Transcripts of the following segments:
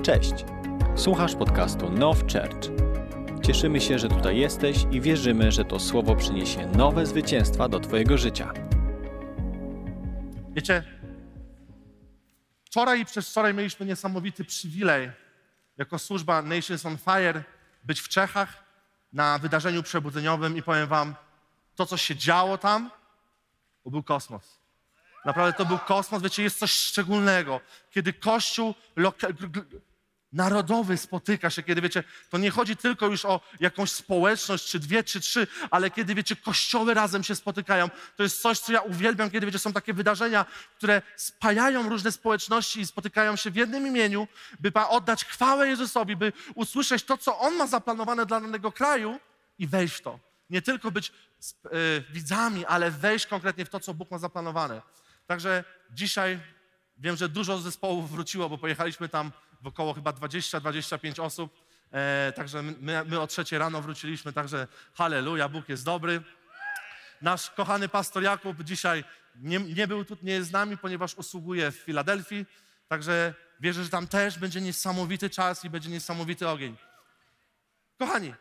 Cześć! Słuchasz podcastu Now Church. Cieszymy się, że tutaj jesteś i wierzymy, że to słowo przyniesie nowe zwycięstwa do Twojego życia. Wiecie, wczoraj i przedwczoraj mieliśmy niesamowity przywilej jako służba Nations on Fire być w Czechach na wydarzeniu przebudzeniowym i powiem wam, to co się działo tam, to był kosmos. Naprawdę to był kosmos, wiecie, jest coś szczególnego, kiedy Kościół narodowy spotyka się, kiedy, wiecie, to nie chodzi tylko już o jakąś społeczność, czy dwie, czy trzy, ale kiedy, wiecie, kościoły razem się spotykają. To jest coś, co ja uwielbiam, kiedy, wiecie, są takie wydarzenia, które spajają różne społeczności i spotykają się w jednym imieniu, by oddać chwałę Jezusowi, by usłyszeć to, co On ma zaplanowane dla danego kraju i wejść w to. Nie tylko być widzami, ale wejść konkretnie w to, co Bóg ma zaplanowane. Także dzisiaj wiem, że dużo zespołów wróciło, bo pojechaliśmy tam w około chyba 20-25 osób. Także my o 3 rano wróciliśmy, także halleluja, Bóg jest dobry. Nasz kochany pastor Jakub dzisiaj nie był tu, nie jest z nami, ponieważ usługuje w Filadelfii. Także wierzę, że tam też będzie niesamowity czas i będzie niesamowity ogień. Kochani,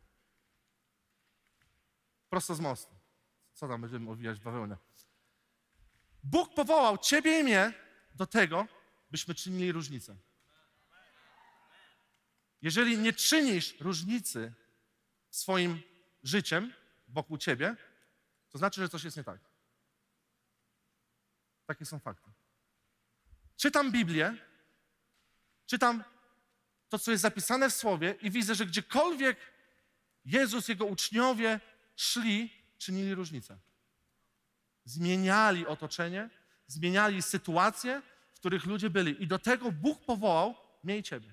prosto z mostu. Co tam będziemy owijać w bawełnę? Bóg powołał ciebie i mnie do tego, byśmy czynili różnicę. Jeżeli nie czynisz różnicy swoim życiem wokół ciebie, to znaczy, że coś jest nie tak. Takie są fakty. Czytam Biblię, czytam to, co jest zapisane w Słowie i widzę, że gdziekolwiek Jezus, Jego uczniowie szli, czynili różnicę. Zmieniali otoczenie, zmieniali sytuacje, w których ludzie byli. I do tego Bóg powołał mnie i ciebie.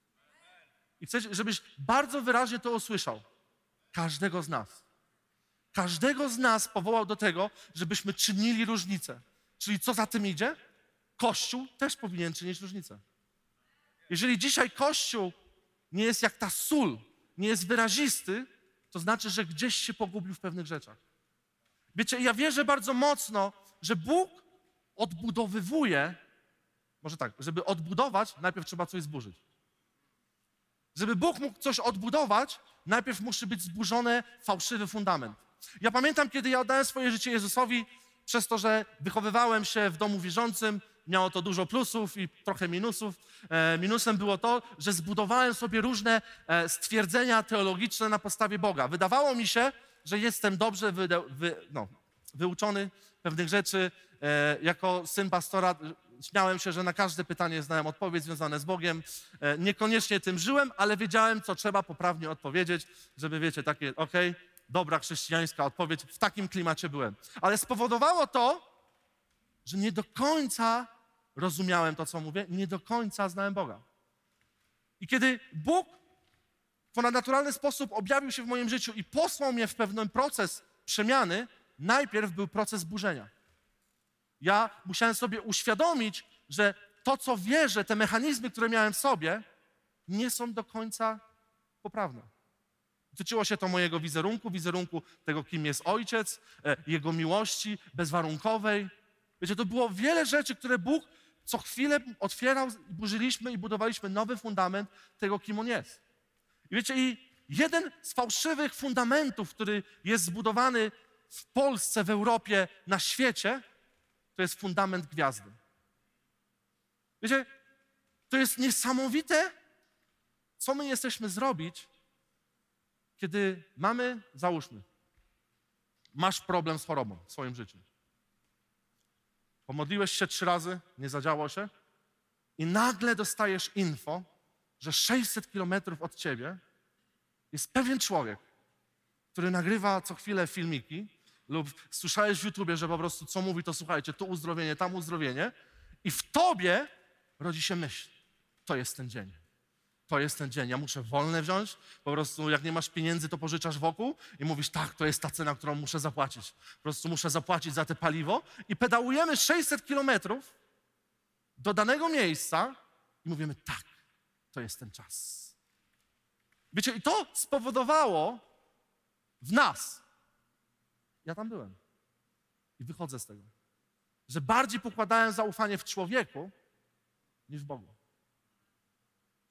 I chcę, żebyś bardzo wyraźnie to usłyszał. Każdego z nas. Każdego z nas powołał do tego, żebyśmy czynili różnicę. Czyli co za tym idzie? Kościół też powinien czynić różnicę. Jeżeli dzisiaj Kościół nie jest jak ta sól, nie jest wyrazisty, to znaczy, że gdzieś się pogubił w pewnych rzeczach. Wiecie, ja wierzę bardzo mocno, że Bóg odbudowywuje, może tak, żeby odbudować, najpierw trzeba coś zburzyć. Żeby Bóg mógł coś odbudować, najpierw musi być zburzony fałszywy fundament. Ja pamiętam, kiedy ja oddałem swoje życie Jezusowi, przez to, że wychowywałem się w domu wierzącym, miało to dużo plusów i trochę minusów. Minusem było to, że zbudowałem sobie różne stwierdzenia teologiczne na podstawie Boga. Wydawało mi się, że jestem dobrze wyuczony pewnych rzeczy. Jako syn pastora śmiałem się, że na każde pytanie znałem odpowiedź związane z Bogiem. Niekoniecznie tym żyłem, ale wiedziałem, co trzeba poprawnie odpowiedzieć, żeby, wiecie, takie, dobra chrześcijańska odpowiedź, w takim klimacie byłem. Ale spowodowało to, że nie do końca rozumiałem to, co mówię, nie do końca znałem Boga. I kiedy Bóg w ponadnaturalny sposób objawił się w moim życiu i posłał mnie w pewien proces przemiany, najpierw był proces burzenia. Ja musiałem sobie uświadomić, że to, co wierzę, te mechanizmy, które miałem w sobie, nie są do końca poprawne. Dotyczyło się to mojego wizerunku tego, kim jest Ojciec, Jego miłości bezwarunkowej. Wiecie, to było wiele rzeczy, które Bóg co chwilę otwierał, burzyliśmy i budowaliśmy nowy fundament tego, kim On jest. I wiecie, i jeden z fałszywych fundamentów, który jest zbudowany w Polsce, w Europie, na świecie, to jest fundament gwiazdy. Wiecie, to jest niesamowite, co my jesteśmy zrobić, kiedy mamy, załóżmy, masz problem z chorobą w swoim życiu. Pomodliłeś się 3 razy, nie zadziałało się i nagle dostajesz info, że 600 kilometrów od ciebie jest pewien człowiek, który nagrywa co chwilę filmiki lub słyszałeś w YouTubie, że po prostu co mówi, to słuchajcie, tu uzdrowienie, tam uzdrowienie i w tobie rodzi się myśl, to jest ten dzień. To jest ten dzień, ja muszę wolne wziąć, po prostu jak nie masz pieniędzy, to pożyczasz wokół i mówisz, tak, to jest ta cena, którą muszę zapłacić. Po prostu muszę zapłacić za te paliwo i pedałujemy 600 kilometrów do danego miejsca i mówimy, tak, to jest ten czas. Wiecie, i to spowodowało w nas, ja tam byłem i wychodzę z tego, że bardziej pokładałem zaufanie w człowieku niż w Bogu.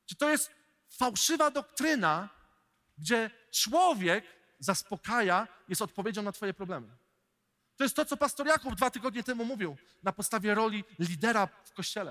Czy to jest fałszywa doktryna, gdzie człowiek zaspokaja, jest odpowiedzią na twoje problemy. To jest to, co pastor Jakub 2 tygodnie temu mówił na podstawie roli lidera w Kościele.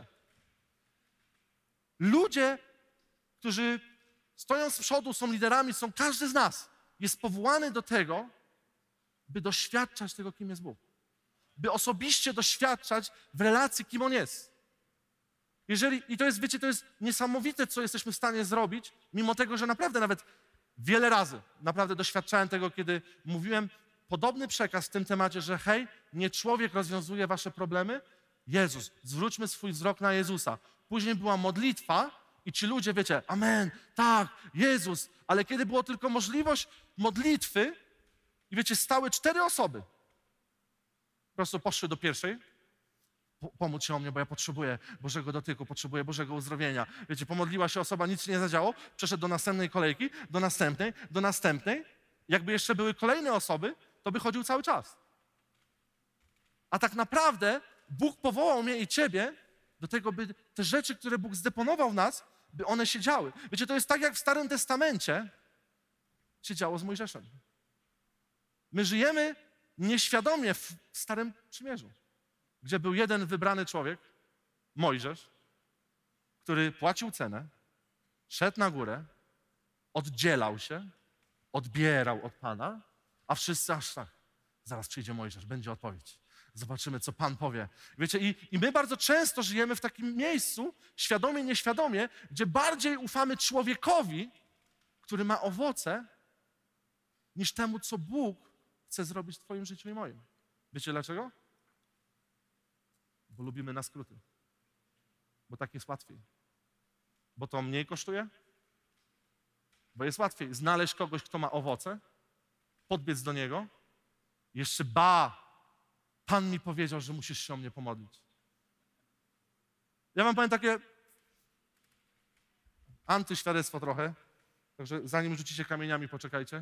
Ludzie, którzy stoją z przodu, są liderami, każdy z nas jest powołany do tego, by doświadczać tego, kim jest Bóg. By osobiście doświadczać w relacji, kim On jest. I to jest, wiecie, to jest niesamowite, co jesteśmy w stanie zrobić, mimo tego, że naprawdę nawet wiele razy naprawdę doświadczałem tego, kiedy mówiłem podobny przekaz w tym temacie, że hej, nie człowiek rozwiązuje wasze problemy, Jezus, zwróćmy swój wzrok na Jezusa. Później była modlitwa i ci ludzie, wiecie, amen, tak, Jezus, ale kiedy było tylko możliwość modlitwy i wiecie, stały 4 osoby, po prostu poszły do pierwszej, pomóc się o mnie, bo ja potrzebuję Bożego dotyku, potrzebuję Bożego uzdrowienia. Wiecie, pomodliła się osoba, nic się nie zadziało, przeszedł do następnej kolejki, do następnej. Jakby jeszcze były kolejne osoby, to by chodził cały czas. A tak naprawdę Bóg powołał mnie i ciebie do tego, by te rzeczy, które Bóg zdeponował w nas, by one się działy. Wiecie, to jest tak, jak w Starym Testamencie się działo z Mojżeszem. My żyjemy nieświadomie w Starym Przymierzu, gdzie był jeden wybrany człowiek, Mojżesz, który płacił cenę, szedł na górę, oddzielał się, odbierał od Pana, a wszyscy aż tak, zaraz przyjdzie Mojżesz, będzie odpowiedź. Zobaczymy, co Pan powie. Wiecie, i my bardzo często żyjemy w takim miejscu, świadomie, nieświadomie, gdzie bardziej ufamy człowiekowi, który ma owoce, niż temu, co Bóg chce zrobić w twoim życiu i moim. Wiecie dlaczego? Bo lubimy na skróty. Bo tak jest łatwiej. Bo to mniej kosztuje. Bo jest łatwiej znaleźć kogoś, kto ma owoce, podbiec do niego, jeszcze Pan mi powiedział, że musisz się o mnie pomodlić. Ja wam powiem takie antyświadectwo trochę, także zanim rzucicie kamieniami, poczekajcie.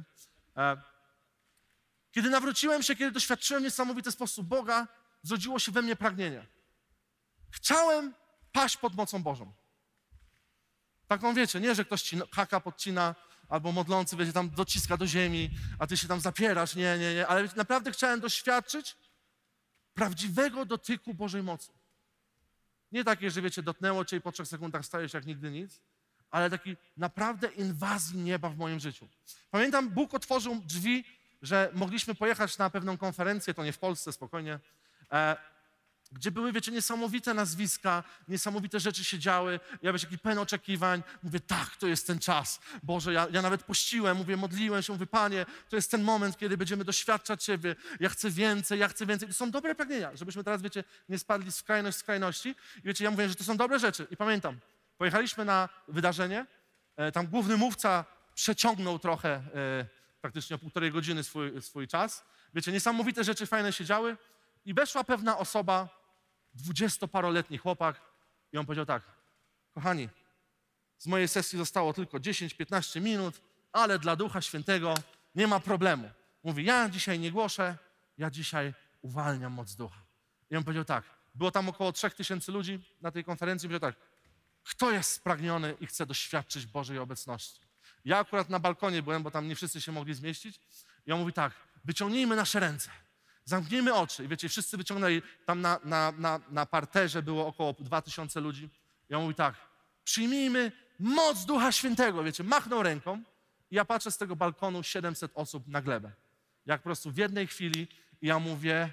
Kiedy nawróciłem się, kiedy doświadczyłem w niesamowity sposób Boga, zrodziło się we mnie pragnienie. Chciałem paść pod mocą Bożą. Taką wiecie, nie, że ktoś ci haka podcina, albo modlący, wiecie, tam dociska do ziemi, a ty się tam zapierasz, nie, ale naprawdę chciałem doświadczyć prawdziwego dotyku Bożej mocy. Nie takie, że wiecie, dotknęło cię i po 3 sekundach stajesz jak nigdy nic, ale taki naprawdę inwazji nieba w moim życiu. Pamiętam, Bóg otworzył drzwi, że mogliśmy pojechać na pewną konferencję, to nie w Polsce, spokojnie, gdzie były, wiecie, niesamowite nazwiska, niesamowite rzeczy się działy. Ja wiesz, taki pełen oczekiwań. Mówię, tak, to jest ten czas. Boże, ja nawet pościłem, mówię, modliłem się, mówię, Panie, to jest ten moment, kiedy będziemy doświadczać Ciebie. Ja chcę więcej. To są dobre pragnienia, żebyśmy teraz, wiecie, nie spadli z skrajności. I wiecie, ja mówię, że to są dobre rzeczy. I pamiętam, pojechaliśmy na wydarzenie, tam główny mówca przeciągnął trochę, praktycznie o 1,5 godziny swój czas. Wiecie, niesamowite rzeczy fajne się działy. I weszła pewna osoba, 20-paroletni chłopak i on powiedział tak, kochani, z mojej sesji zostało tylko 10-15 minut, ale dla Ducha Świętego nie ma problemu. Mówi, ja dzisiaj nie głoszę, ja dzisiaj uwalniam moc Ducha. I on powiedział tak, było tam około 3000 ludzi na tej konferencji, powiedział tak, kto jest spragniony i chce doświadczyć Bożej obecności? Ja akurat na balkonie byłem, bo tam nie wszyscy się mogli zmieścić i on mówi tak, wyciągnijmy nasze ręce. Zamknijmy oczy. I wiecie, wszyscy wyciągnęli, tam na parterze było około 2000 ludzi. I on mówi tak, przyjmijmy moc Ducha Świętego. Wiecie, machnął ręką i ja patrzę z tego balkonu 700 osób na glebę. Jak po prostu w jednej chwili i ja mówię,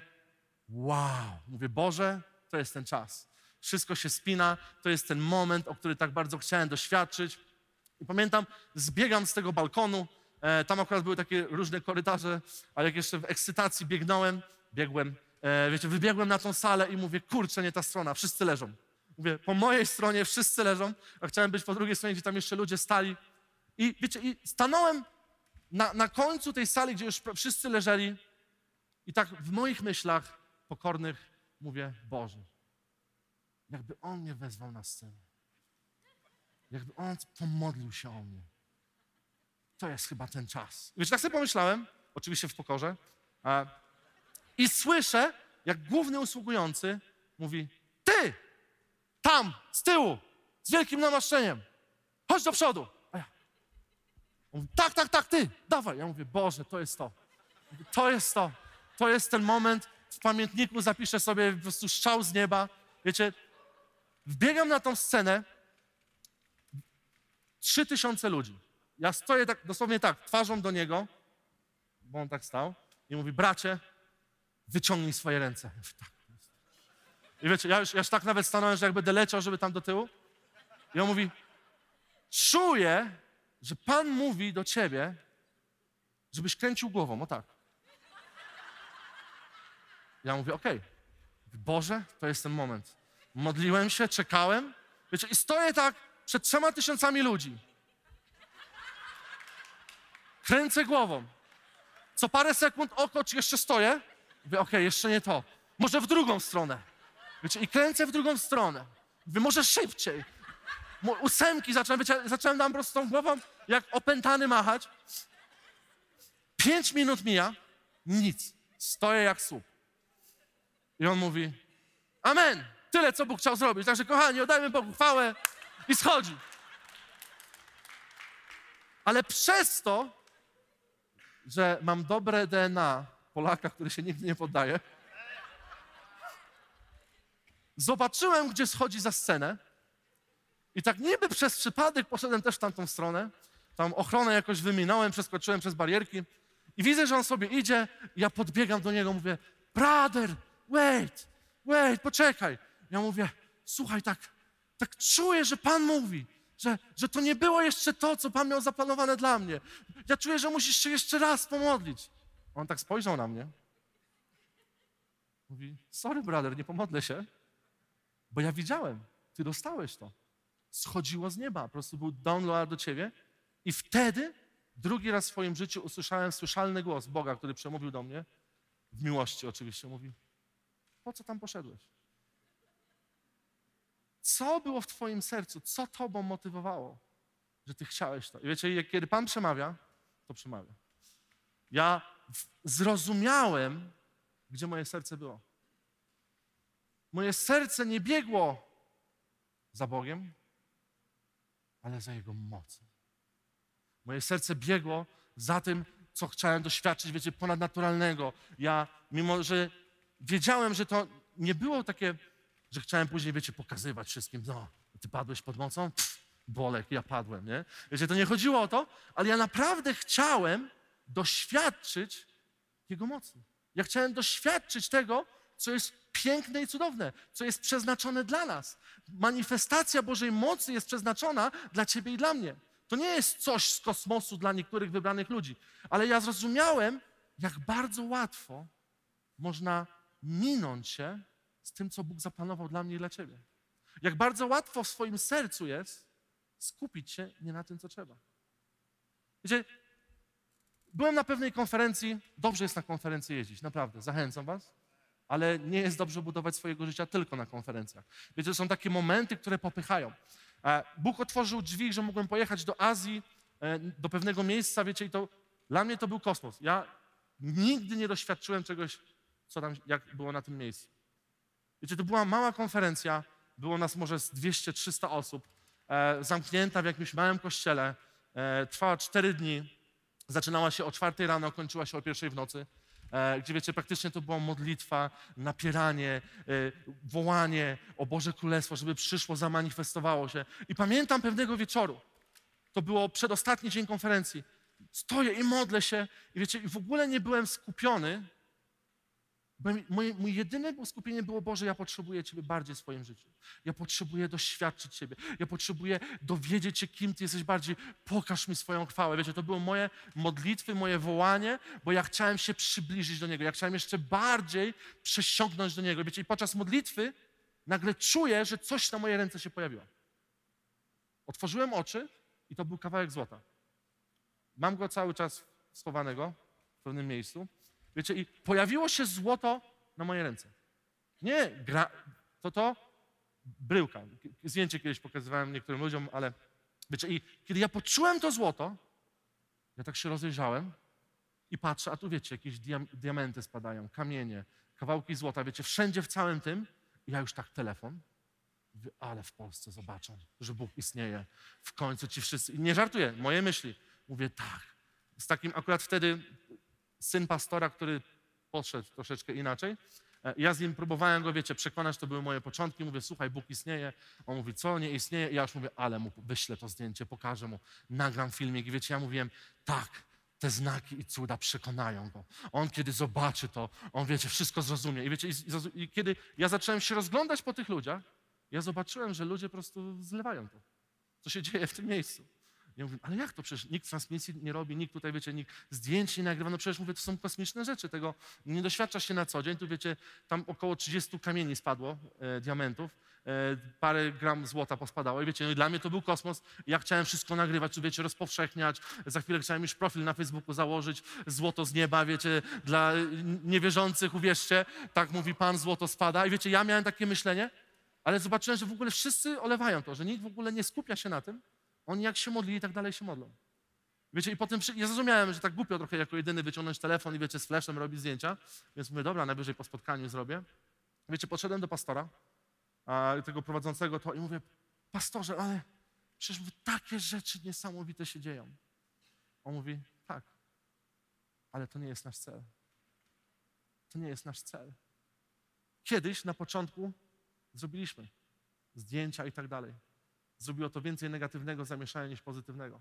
wow. Mówię, Boże, to jest ten czas. Wszystko się spina, to jest ten moment, o który tak bardzo chciałem doświadczyć. I pamiętam, zbiegam z tego balkonu, tam akurat były takie różne korytarze, a jak jeszcze w ekscytacji biegłem, wiecie, wybiegłem na tą salę i mówię, kurczę, nie ta strona, wszyscy leżą. Mówię, po mojej stronie wszyscy leżą, a chciałem być po drugiej stronie, gdzie tam jeszcze ludzie stali. I wiecie, i stanąłem na końcu tej sali, gdzie już wszyscy leżeli i tak w moich myślach pokornych mówię, Boże, jakby On mnie wezwał na scenę. Jakby On pomodlił się o mnie. To jest chyba ten czas. Wiecie, tak sobie pomyślałem, oczywiście w pokorze, i słyszę, jak główny usługujący mówi, ty, tam, z tyłu, z wielkim namaszczeniem, chodź do przodu. A ja, on mówi, tak, ty, dawaj. Ja mówię, Boże, to jest to. Mówię, to jest to. To jest ten moment, w pamiętniku zapiszę sobie po prostu strzał z nieba. Wiecie, wbiegam na tą scenę, 3000 ludzi. Ja stoję tak, dosłownie tak, twarzą do niego, bo on tak stał i mówi, bracie, wyciągnij swoje ręce. Ja mówię, tak. I wiecie, ja już tak nawet stanąłem, że jak będę leciał, żeby tam do tyłu. I on mówi, czuję, że Pan mówi do ciebie, żebyś kręcił głową, o tak. Ja mówię, okej. Boże, to jest ten moment. Modliłem się, czekałem, wiecie, i stoję tak przed 3000 ludzi. Kręcę głową. Co parę sekund oko, czy jeszcze stoję? Mówię, okej, jeszcze nie to. Może w drugą stronę. Wiecie, i kręcę w drugą stronę. Mówię, może szybciej. 8 zacząłem tam po prostu tą głową jak opętany machać. 5 minut mija, nic. Stoję jak słup. I on mówi, amen, tyle, co Bóg chciał zrobić. Także, kochani, oddajmy Bogu chwałę i schodzi. Ale przez to, że mam dobre DNA Polaka, który się nigdy nie poddaje, zobaczyłem, gdzie schodzi za scenę i tak niby przez przypadek poszedłem też w tamtą stronę. Tam ochronę jakoś wyminąłem, przeskoczyłem przez barierki i widzę, że on sobie idzie i ja podbiegam do niego, mówię, brother, wait, poczekaj. Ja mówię, słuchaj, tak czuję, że Pan mówi, że to nie było jeszcze to, co Pan miał zaplanowane dla mnie. Ja czuję, że musisz się jeszcze raz pomodlić. On tak spojrzał na mnie. Mówi, sorry, brother, nie pomodlę się, bo ja widziałem, ty dostałeś to. Schodziło z nieba, po prostu był download do ciebie i wtedy drugi raz w swoim życiu usłyszałem słyszalny głos Boga, który przemówił do mnie, w miłości oczywiście, mówi, po co tam poszedłeś? Co było w twoim sercu? Co tobą motywowało, że ty chciałeś to? I wiecie, kiedy Pan przemawia, to przemawia. Ja zrozumiałem, gdzie moje serce było. Moje serce nie biegło za Bogiem, ale za Jego mocą. Moje serce biegło za tym, co chciałem doświadczyć, wiecie, ponadnaturalnego. Ja, mimo że wiedziałem, że to nie było takie, że chciałem później, wiecie, pokazywać wszystkim, no, ty padłeś pod mocą? Bolek, ja padłem, nie? Wiecie, to nie chodziło o to, ale ja naprawdę chciałem doświadczyć Jego mocy. Ja chciałem doświadczyć tego, co jest piękne i cudowne, co jest przeznaczone dla nas. Manifestacja Bożej mocy jest przeznaczona dla ciebie i dla mnie. To nie jest coś z kosmosu dla niektórych wybranych ludzi, ale ja zrozumiałem, jak bardzo łatwo można minąć się z tym, co Bóg zaplanował dla mnie i dla ciebie. Jak bardzo łatwo w swoim sercu jest skupić się nie na tym, co trzeba. Wiecie, byłem na pewnej konferencji, dobrze jest na konferencję jeździć, naprawdę, zachęcam was, ale nie jest dobrze budować swojego życia tylko na konferencjach. Wiecie, są takie momenty, które popychają. Bóg otworzył drzwi, że mogłem pojechać do Azji, do pewnego miejsca, wiecie, i to dla mnie to był kosmos. Ja nigdy nie doświadczyłem czegoś, co tam, jak było na tym miejscu. Wiecie, to była mała konferencja, było nas może z 200-300 osób, zamknięta w jakimś małym kościele, trwała 4 dni, zaczynała się o 4 rano, kończyła się o 1 w nocy, gdzie wiecie, praktycznie to była modlitwa, napieranie, wołanie o Boże Królestwo, żeby przyszło, zamanifestowało się. I pamiętam pewnego wieczoru, to było przedostatni dzień konferencji, stoję i modlę się i wiecie, i w ogóle nie byłem skupiony, bo moje jedyne skupienie było, Boże, ja potrzebuję Ciebie bardziej w swoim życiu. Ja potrzebuję doświadczyć Ciebie. Ja potrzebuję dowiedzieć się, kim Ty jesteś bardziej. Pokaż mi swoją chwałę. Wiecie, to było moje modlitwy, moje wołanie, bo ja chciałem się przybliżyć do Niego. Ja chciałem jeszcze bardziej przesiąknąć do Niego. Wiecie, i podczas modlitwy nagle czuję, że coś na moje ręce się pojawiło. Otworzyłem oczy i to był kawałek złota. Mam go cały czas schowanego w pewnym miejscu. Wiecie, i pojawiło się złoto na moje ręce. Nie to bryłka. Zdjęcie kiedyś pokazywałem niektórym ludziom, ale wiecie, i kiedy ja poczułem to złoto, ja tak się rozejrzałem i patrzę, a tu wiecie, jakieś diamenty spadają, kamienie, kawałki złota, wiecie, wszędzie w całym tym. I ja już tak telefon. Mówię, ale w Polsce zobaczą, że Bóg istnieje. W końcu ci wszyscy... I nie żartuję, moje myśli. Mówię, tak. Z takim akurat wtedy syn pastora, który podszedł troszeczkę inaczej. Ja z nim próbowałem go, wiecie, przekonać, to były moje początki. Mówię, słuchaj, Bóg istnieje. On mówi, co, nie istnieje? I ja już mówię, ale mu wyślę to zdjęcie, pokażę mu, nagram filmik. I wiecie, ja mówiłem, tak, te znaki i cuda przekonają go. On kiedy zobaczy to, on, wiecie, wszystko zrozumie. I wiecie, i kiedy ja zacząłem się rozglądać po tych ludziach, ja zobaczyłem, że ludzie po prostu zlewają to, co się dzieje w tym miejscu. Ja mówię, ale jak to? Przecież nikt transmisji nie robi, nikt tutaj, wiecie, nikt zdjęć nie nagrywa. No przecież mówię, to są kosmiczne rzeczy, tego nie doświadcza się na co dzień. Tu wiecie, tam około 30 kamieni spadło, diamentów, parę gram złota pospadało i wiecie, no i dla mnie to był kosmos. Ja chciałem wszystko nagrywać, tu wiecie, rozpowszechniać. Za chwilę chciałem już profil na Facebooku założyć, złoto z nieba, wiecie, dla niewierzących, uwierzcie, tak mówi Pan, złoto spada. I wiecie, ja miałem takie myślenie, ale zobaczyłem, że w ogóle wszyscy olewają to, że nikt w ogóle nie skupia się na tym. Oni jak się modlili, tak dalej się modlą. Wiecie, i potem ja zrozumiałem, że tak głupio trochę jako jedyny wyciągnąć telefon i wiecie, z flashem robić zdjęcia, więc mówię, dobra, najwyżej po spotkaniu zrobię. Wiecie, podszedłem do pastora, tego prowadzącego to i mówię, pastorze, ale przecież takie rzeczy niesamowite się dzieją. On mówi, tak, ale to nie jest nasz cel. To nie jest nasz cel. Kiedyś na początku zrobiliśmy zdjęcia i tak dalej. Zrobiło to więcej negatywnego zamieszania niż pozytywnego.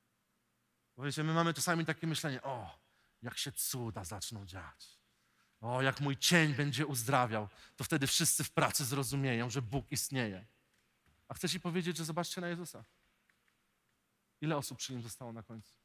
Bo wiecie, my mamy czasami takie myślenie, o, jak się cuda zaczną dziać. O, jak mój cień będzie uzdrawiał, to wtedy wszyscy w pracy zrozumieją, że Bóg istnieje. A chcę ci powiedzieć, że zobaczcie na Jezusa. Ile osób przy Nim zostało na końcu?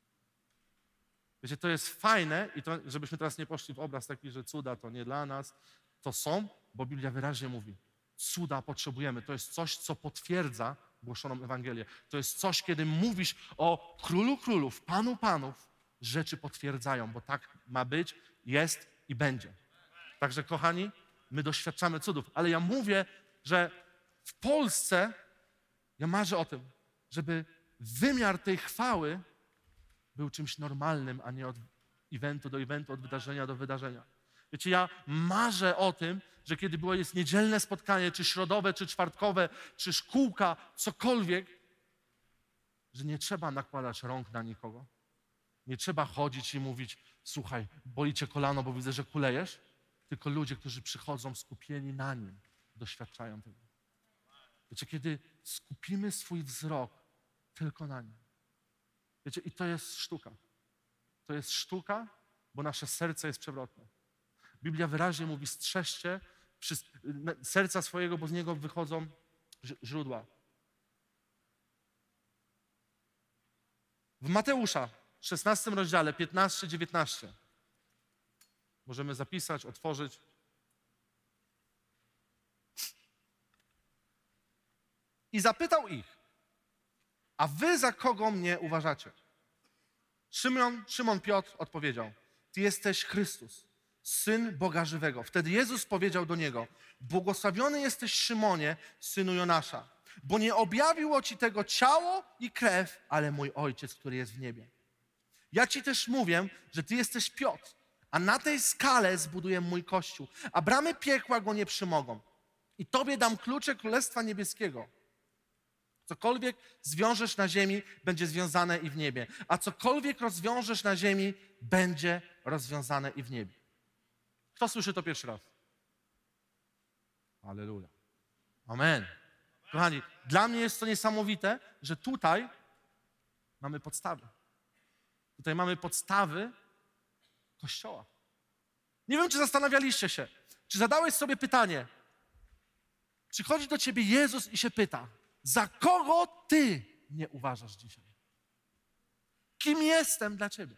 Wiecie, to jest fajne i to, żebyśmy teraz nie poszli w obraz taki, że cuda to nie dla nas. To są, bo Biblia wyraźnie mówi, cuda potrzebujemy. To jest coś, co potwierdza głoszoną Ewangelię. To jest coś, kiedy mówisz o Królu Królów, Panu Panów, rzeczy potwierdzają, bo tak ma być, jest i będzie. Także, kochani, my doświadczamy cudów. Ale ja mówię, że w Polsce, ja marzę o tym, żeby wymiar tej chwały był czymś normalnym, a nie od eventu do eventu, od wydarzenia do wydarzenia. Wiecie, ja marzę o tym, że kiedy jest niedzielne spotkanie, czy środowe, czy czwartkowe, czy szkółka, cokolwiek, że nie trzeba nakładać rąk na nikogo. Nie trzeba chodzić i mówić, słuchaj, boli cię kolano, bo widzę, że kulejesz. Tylko ludzie, którzy przychodzą skupieni na Nim, doświadczają tego. Wiecie, kiedy skupimy swój wzrok tylko na Nim. Wiecie, i to jest sztuka. To jest sztuka, bo nasze serce jest przewrotne. Biblia wyraźnie mówi, strzeżcie serca swojego, bo z niego wychodzą źródła. W Mateusza, 16 rozdziale, 15-19. Możemy zapisać, otworzyć. I zapytał ich, a wy za kogo mnie uważacie? Szymon Piotr odpowiedział, ty jesteś Chrystus, Syn Boga żywego. Wtedy Jezus powiedział do niego, błogosławiony jesteś Szymonie, synu Jonasza, bo nie objawiło ci tego ciało i krew, ale mój Ojciec, który jest w niebie. Ja ci też mówię, że ty jesteś Piotr, a na tej skale zbuduję mój Kościół, a bramy piekła go nie przymogą. I tobie dam klucze Królestwa Niebieskiego. Cokolwiek zwiążesz na ziemi, będzie związane i w niebie, a cokolwiek rozwiążesz na ziemi, będzie rozwiązane i w niebie. Kto słyszy to pierwszy raz? Alleluja. Amen. Kochani, dla mnie jest to niesamowite, że tutaj mamy podstawy. Tutaj mamy podstawy Kościoła. Nie wiem, czy zastanawialiście się, czy zadałeś sobie pytanie, przychodzi do ciebie Jezus i się pyta, za kogo ty mnie uważasz dzisiaj? Kim jestem dla ciebie?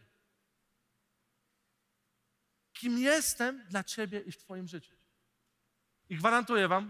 Kim jestem dla ciebie i w twoim życiu? I gwarantuję wam,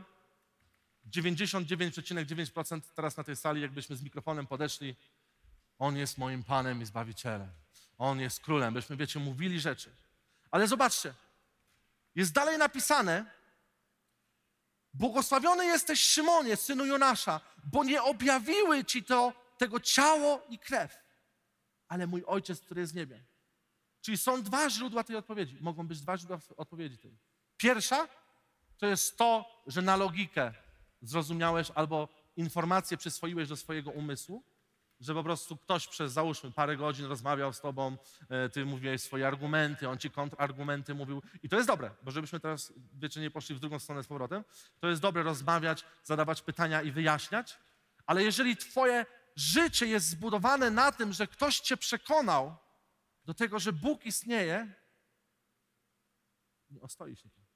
99,9% teraz na tej sali, jakbyśmy z mikrofonem podeszli, On jest moim Panem i Zbawicielem. On jest Królem. Byśmy, wiecie, mówili rzeczy. Ale zobaczcie, jest dalej napisane, błogosławiony jesteś Szymonie, synu Jonasza, bo nie objawiły ci tego ciało i krew, ale mój Ojciec, który jest w niebie. Czyli są dwa źródła tej odpowiedzi. Mogą być dwa źródła odpowiedzi tej. Pierwsza to jest to, że na logikę zrozumiałeś albo informację przyswoiłeś do swojego umysłu, że po prostu ktoś przez, załóżmy, parę godzin rozmawiał z tobą, ty mówiłeś swoje argumenty, on ci kontrargumenty mówił. I to jest dobre, bo żebyśmy teraz, wiecie, nie poszli w drugą stronę z powrotem, to jest dobre rozmawiać, zadawać pytania i wyjaśniać, ale jeżeli twoje życie jest zbudowane na tym, że ktoś cię przekonał do tego, że Bóg istnieje, nie ostoi się to.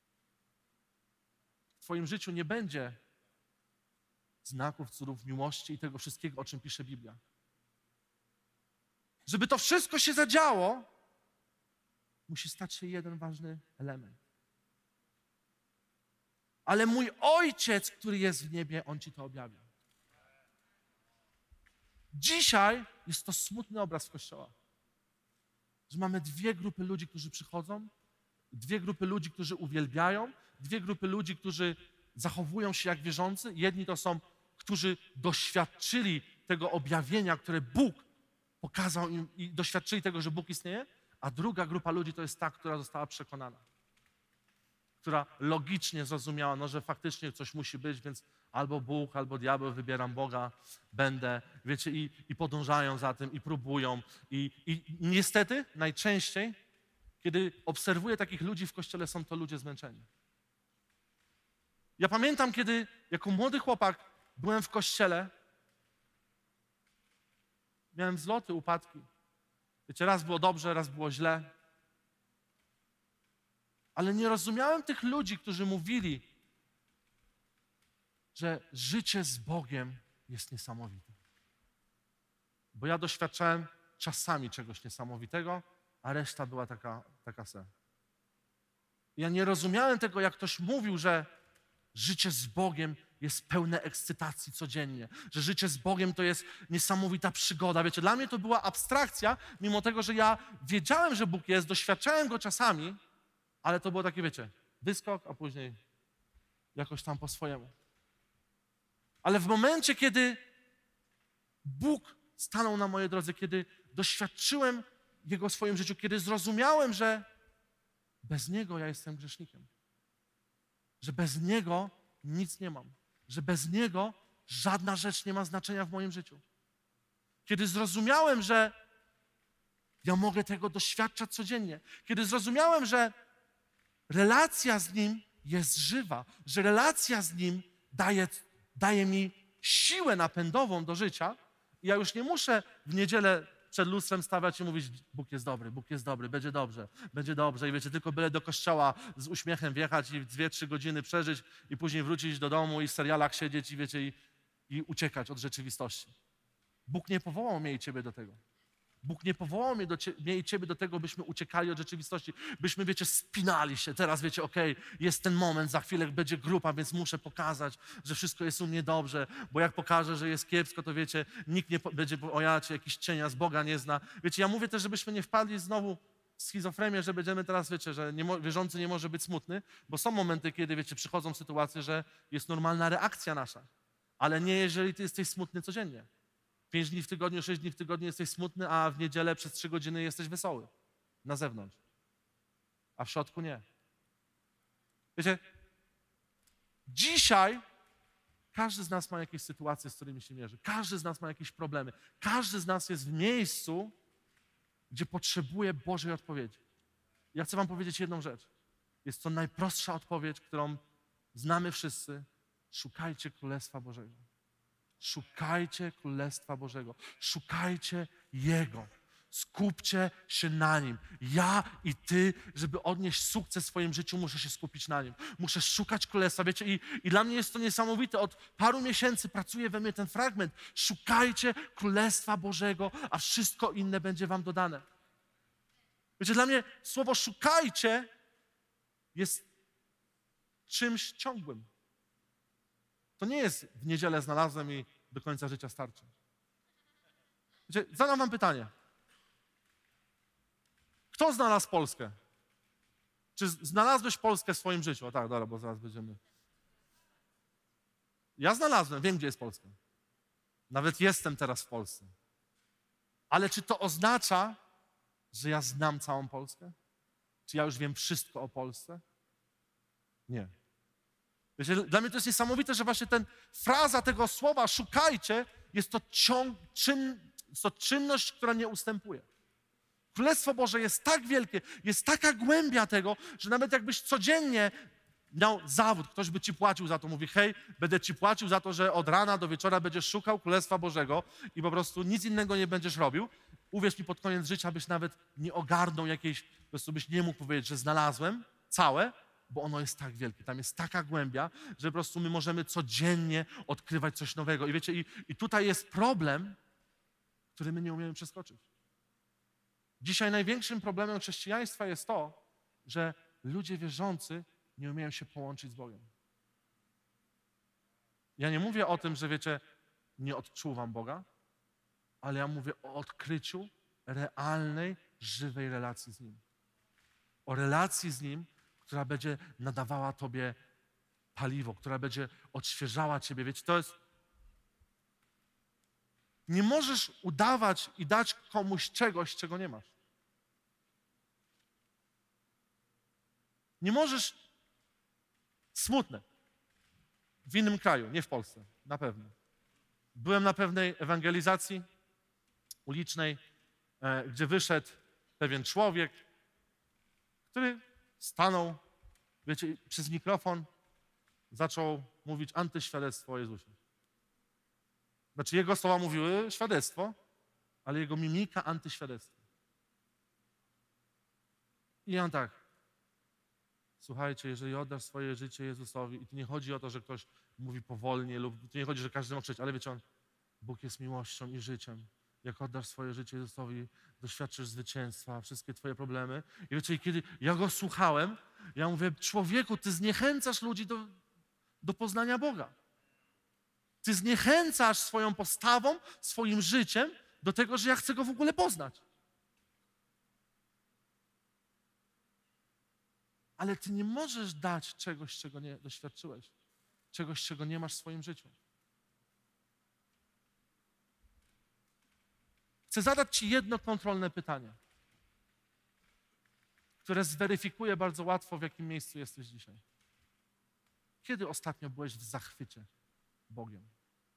W twoim życiu nie będzie znaków, cudów miłości i tego wszystkiego, o czym pisze Biblia. Żeby to wszystko się zadziało, musi stać się jeden ważny element. Ale mój Ojciec, który jest w niebie, On ci to objawia. Dzisiaj jest to smutny obraz Kościoła. Że mamy dwie grupy ludzi, którzy przychodzą, dwie grupy ludzi, którzy uwielbiają, dwie grupy ludzi, którzy zachowują się jak wierzący. Jedni to są, którzy doświadczyli tego objawienia, które Bóg pokazał im i doświadczyli tego, że Bóg istnieje, a druga grupa ludzi to jest ta, która została przekonana, która logicznie zrozumiała, no, że faktycznie coś musi być, więc albo Bóg, albo diabeł, wybieram Boga, będę, wiecie, i podążają za tym, i próbują. I niestety najczęściej, kiedy obserwuję takich ludzi w Kościele, są to ludzie zmęczeni. Ja pamiętam, kiedy jako młody chłopak byłem w Kościele, miałem wzloty, upadki. Wiecie, raz było dobrze, raz było źle. Ale nie rozumiałem tych ludzi, którzy mówili, że życie z Bogiem jest niesamowite. Bo ja doświadczałem czasami czegoś niesamowitego, a reszta była taka se. Ja nie rozumiałem tego, jak ktoś mówił, że życie z Bogiem jest pełne ekscytacji codziennie, że życie z Bogiem to jest niesamowita przygoda. Wiecie, dla mnie to była abstrakcja, mimo tego, że ja wiedziałem, że Bóg jest, doświadczałem Go czasami, ale to było takie, wiecie, wyskok, a później jakoś tam po swojemu. Ale w momencie, kiedy Bóg stanął na mojej drodze, kiedy doświadczyłem Jego w swoim życiu, kiedy zrozumiałem, że bez Niego ja jestem grzesznikiem, że bez Niego nic nie mam, że bez Niego żadna rzecz nie ma znaczenia w moim życiu. Kiedy zrozumiałem, że ja mogę tego doświadczać codziennie, kiedy zrozumiałem, że relacja z Nim jest żywa, że relacja z Nim daje mi siłę napędową do życia, i ja już nie muszę w niedzielę przed lustrem stawać i mówić, Bóg jest dobry, będzie dobrze i wiecie, tylko byle do kościoła z uśmiechem wjechać i 2-3 godziny przeżyć i później wrócić do domu i w serialach siedzieć i wiecie, i uciekać od rzeczywistości. Bóg nie powołał mnie i ciebie do tego. Bóg nie powołał mnie i ciebie do tego, byśmy uciekali od rzeczywistości, byśmy, wiecie, spinali się. Teraz, wiecie, okej, jest ten moment, za chwilę będzie grupa, więc muszę pokazać, że wszystko jest u mnie dobrze, bo jak pokażę, że jest kiepsko, to wiecie, nikt nie będzie, o ja cię, jakiś cienia z Boga nie zna. Wiecie, ja mówię też, żebyśmy nie wpadli znowu w schizofrenię, że będziemy teraz, wiecie, że wierzący nie może być smutny, bo są momenty, kiedy, wiecie, przychodzą sytuacje, że jest normalna reakcja nasza, ale nie jeżeli ty jesteś smutny codziennie. 5 dni w tygodniu, 6 dni w tygodniu jesteś smutny, a w niedzielę przez 3 godziny jesteś wesoły. Na zewnątrz. A w środku nie. Wiecie, dzisiaj każdy z nas ma jakieś sytuacje, z którymi się mierzy. Każdy z nas ma jakieś problemy. Każdy z nas jest w miejscu, gdzie potrzebuje Bożej odpowiedzi. Ja chcę wam powiedzieć jedną rzecz. Jest to najprostsza odpowiedź, którą znamy wszyscy. Szukajcie Królestwa Bożego. Szukajcie Królestwa Bożego. Szukajcie Jego. Skupcie się na Nim. Ja i ty, żeby odnieść sukces w swoim życiu, muszę się skupić na Nim. Muszę szukać Królestwa. Wiecie, i dla mnie jest to niesamowite. Od paru miesięcy pracuje we mnie ten fragment. Szukajcie Królestwa Bożego, a wszystko inne będzie wam dodane. Wiecie, dla mnie słowo szukajcie jest czymś ciągłym. To nie jest w niedzielę znalazłem i do końca życia starczy. Wiecie, zadam wam pytanie. Kto znalazł Polskę? Czy znalazłeś Polskę w swoim życiu? O tak, dobra, bo zaraz będziemy. Ja znalazłem, wiem, gdzie jest Polska. Nawet jestem teraz w Polsce. Ale czy to oznacza, że ja znam całą Polskę? Czy ja już wiem wszystko o Polsce? Nie. Wiecie, dla mnie to jest niesamowite, że właśnie fraza tego słowa szukajcie, jest to czynność, która nie ustępuje. Królestwo Boże jest tak wielkie, jest taka głębia tego, że nawet jakbyś codziennie miał zawód, ktoś by ci płacił za to, mówi hej, będę ci płacił za to, że od rana do wieczora będziesz szukał Królestwa Bożego i po prostu nic innego nie będziesz robił. Uwierz mi, pod koniec życia byś nawet nie ogarnął jakiejś, po prostu byś nie mógł powiedzieć, że znalazłem całe, bo ono jest tak wielkie, tam jest taka głębia, że po prostu my możemy codziennie odkrywać coś nowego. I wiecie, i tutaj jest problem, który my nie umiemy przeskoczyć. Dzisiaj największym problemem chrześcijaństwa jest to, że ludzie wierzący nie umieją się połączyć z Bogiem. Ja nie mówię o tym, że wiecie, nie odczuwam Boga, ale ja mówię o odkryciu realnej, żywej relacji z Nim. O relacji z Nim, która będzie nadawała Tobie paliwo, która będzie odświeżała Ciebie. Wiecie, to jest... Nie możesz udawać i dać komuś czegoś, czego nie masz. Nie możesz... Smutne. W innym kraju, nie w Polsce, na pewno. Byłem na pewnej ewangelizacji ulicznej, gdzie wyszedł pewien człowiek, który stanął, wiecie, przez mikrofon zaczął mówić antyświadectwo o Jezusie. Znaczy jego słowa mówiły świadectwo, ale jego mimika antyświadectwo. I on tak, słuchajcie, jeżeli oddasz swoje życie Jezusowi, i tu nie chodzi o to, że ktoś mówi powolnie, lub tu nie chodzi, że każdy ma krzyczeć, ale wiecie, Bóg jest miłością i życiem. Jak oddasz swoje życie Jezusowi, doświadczysz zwycięstwa, wszystkie twoje problemy. I wiecie, i kiedy ja go słuchałem, ja mówię, człowieku, ty zniechęcasz ludzi do poznania Boga. Ty zniechęcasz swoją postawą, swoim życiem do tego, że ja chcę go w ogóle poznać. Ale ty nie możesz dać czegoś, czego nie doświadczyłeś. Czegoś, czego nie masz w swoim życiu. Chcę zadać ci jedno kontrolne pytanie, które zweryfikuje bardzo łatwo, w jakim miejscu jesteś dzisiaj. Kiedy ostatnio byłeś w zachwycie Bogiem?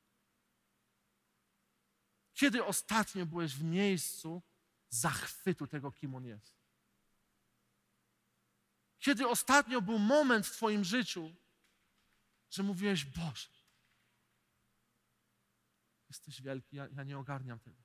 Kiedy ostatnio byłeś w miejscu zachwytu tego, kim On jest? Kiedy ostatnio był moment w twoim życiu, że mówiłeś, Boże, jesteś wielki, ja nie ogarniam tego.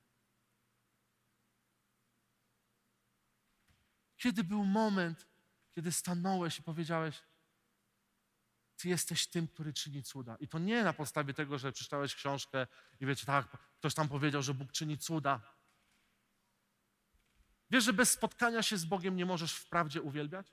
Kiedy był moment, kiedy stanąłeś i powiedziałeś, Ty jesteś tym, który czyni cuda. I to nie na podstawie tego, że przeczytałeś książkę i wiecie, tak, ktoś tam powiedział, że Bóg czyni cuda. Wiesz, że bez spotkania się z Bogiem nie możesz wprawdzie uwielbiać?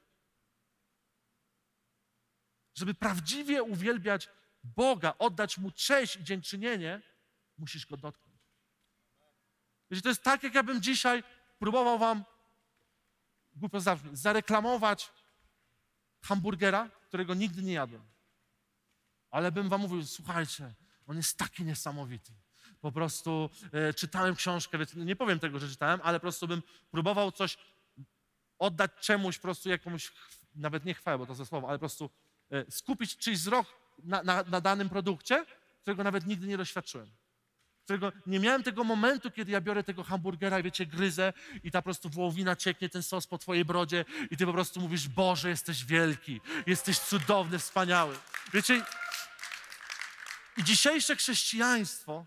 Żeby prawdziwie uwielbiać Boga, oddać Mu cześć i dziękczynienie, musisz Go dotknąć. Wiecie, to jest tak, jak ja bym dzisiaj próbował wam, głupio zabrzmi, zareklamować hamburgera, którego nigdy nie jadłem. Ale bym wam mówił, słuchajcie, on jest taki niesamowity. Po prostu czytałem książkę, więc nie powiem tego, że czytałem, ale po prostu bym próbował coś oddać czemuś, po prostu jakąś, nawet nie chwałę, bo to ze słowa, ale po prostu skupić czyjś wzrok na danym produkcie, którego nawet nigdy nie doświadczyłem. Którego nie miałem tego momentu, kiedy ja biorę tego hamburgera i wiecie, gryzę i ta po prostu wołowina cieknie, ten sos po twojej brodzie i ty po prostu mówisz, Boże, jesteś wielki, jesteś cudowny, wspaniały. Wiecie, i dzisiejsze chrześcijaństwo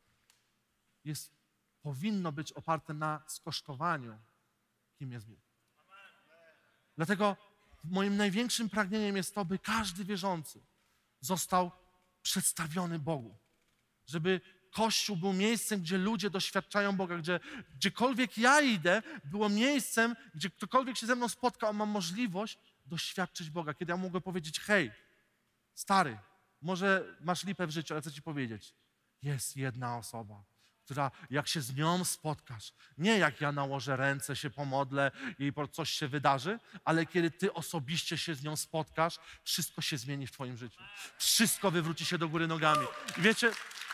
powinno być oparte na skosztowaniu, kim jest Bóg. Dlatego moim największym pragnieniem jest to, by każdy wierzący został przedstawiony Bogu. Żeby Kościół był miejscem, gdzie ludzie doświadczają Boga, gdziekolwiek ja idę, było miejscem, gdzie ktokolwiek się ze mną spotkał, mam możliwość doświadczyć Boga. Kiedy ja mogę powiedzieć, hej, stary, może masz lipę w życiu, ale chcę ci powiedzieć, jest jedna osoba, która jak się z nią spotkasz, nie jak ja nałożę ręce, się pomodlę i coś się wydarzy, ale kiedy ty osobiście się z nią spotkasz, wszystko się zmieni w twoim życiu. Wszystko wywróci się do góry nogami. I wiecie,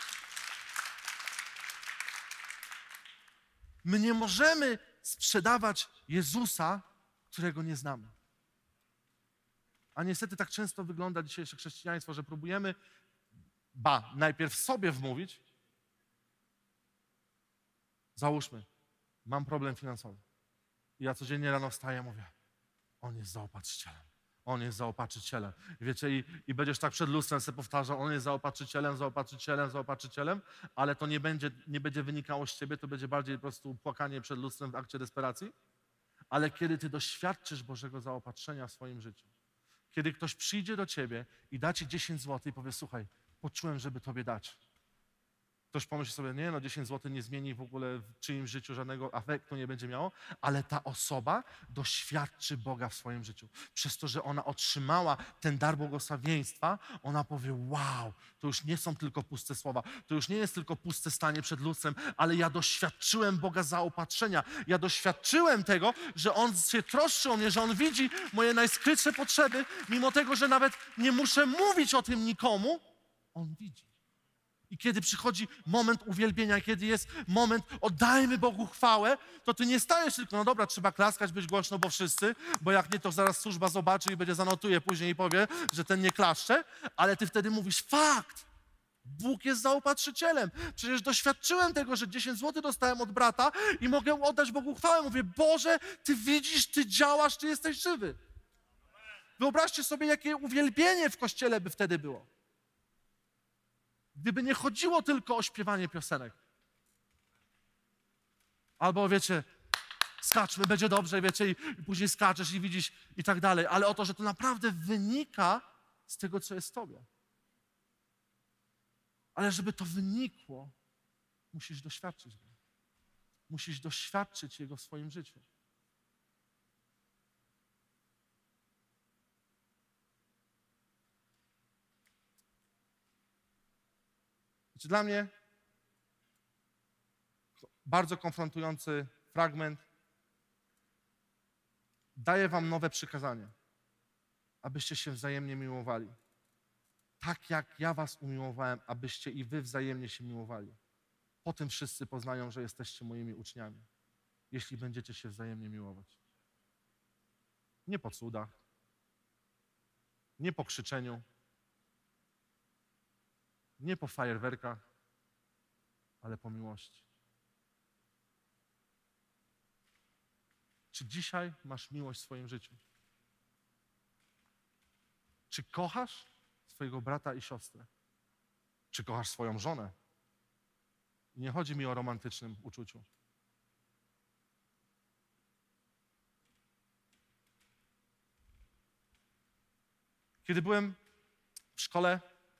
my nie możemy sprzedawać Jezusa, którego nie znamy. A niestety tak często wygląda dzisiejsze chrześcijaństwo, że próbujemy, najpierw sobie wmówić, załóżmy, mam problem finansowy. I ja codziennie rano wstaję i mówię, on jest zaopatrzycielem. On jest zaopatrzycielem. I wiecie, i będziesz tak przed lustrem sobie powtarzał, on jest zaopatrzycielem, zaopatrzycielem, zaopatrzycielem, ale to nie będzie wynikało z ciebie, to będzie bardziej po prostu płakanie przed lustrem w akcie desperacji. Ale kiedy ty doświadczysz Bożego zaopatrzenia w swoim życiu, kiedy ktoś przyjdzie do ciebie i da ci 10 zł i powie, słuchaj, poczułem, żeby tobie dać. Ktoś pomyśli sobie, nie, no 10 zł nie zmieni w ogóle w czyimś życiu, żadnego afektu nie będzie miało, ale ta osoba doświadczy Boga w swoim życiu. Przez to, że ona otrzymała ten dar błogosławieństwa, ona powie, wow, to już nie są tylko puste słowa, to już nie jest tylko puste stanie przed lustrem, ale ja doświadczyłem Boga zaopatrzenia. Ja doświadczyłem tego, że On się troszczy o mnie, że On widzi moje najskrytsze potrzeby, mimo tego, że nawet nie muszę mówić o tym nikomu, On widzi. I kiedy przychodzi moment uwielbienia, kiedy jest moment oddajmy Bogu chwałę, to ty nie stajesz tylko, no dobra, trzeba klaskać, być głośno, bo wszyscy, bo jak nie, to zaraz służba zobaczy i będzie zanotuje później i powie, że ten nie klaszcze, ale ty wtedy mówisz, fakt, Bóg jest zaopatrzycielem. Przecież doświadczyłem tego, że 10 zł dostałem od brata i mogę oddać Bogu chwałę. Mówię, Boże, Ty widzisz, Ty działasz, Ty jesteś żywy. Wyobraźcie sobie, jakie uwielbienie w Kościele by wtedy było. Gdyby nie chodziło tylko o śpiewanie piosenek. Albo wiecie, skaczmy, będzie dobrze, wiecie, i później skaczesz i widzisz i tak dalej. Ale o to, że to naprawdę wynika z tego, co jest w tobie. Ale żeby to wynikło, musisz doświadczyć Go. Musisz doświadczyć Jego w swoim życiu. Dla mnie bardzo konfrontujący fragment daje wam nowe przykazanie, abyście się wzajemnie miłowali. Tak jak ja was umiłowałem, abyście i wy wzajemnie się miłowali. Po tym wszyscy poznają, że jesteście moimi uczniami, jeśli będziecie się wzajemnie miłować. Nie po cudach, nie po krzyczeniu, nie po fajerwerkach, ale po miłości. Czy dzisiaj masz miłość w swoim życiu? Czy kochasz swojego brata i siostrę? Czy kochasz swoją żonę? I nie chodzi mi o romantycznym uczuciu. Kiedy byłem w szkole,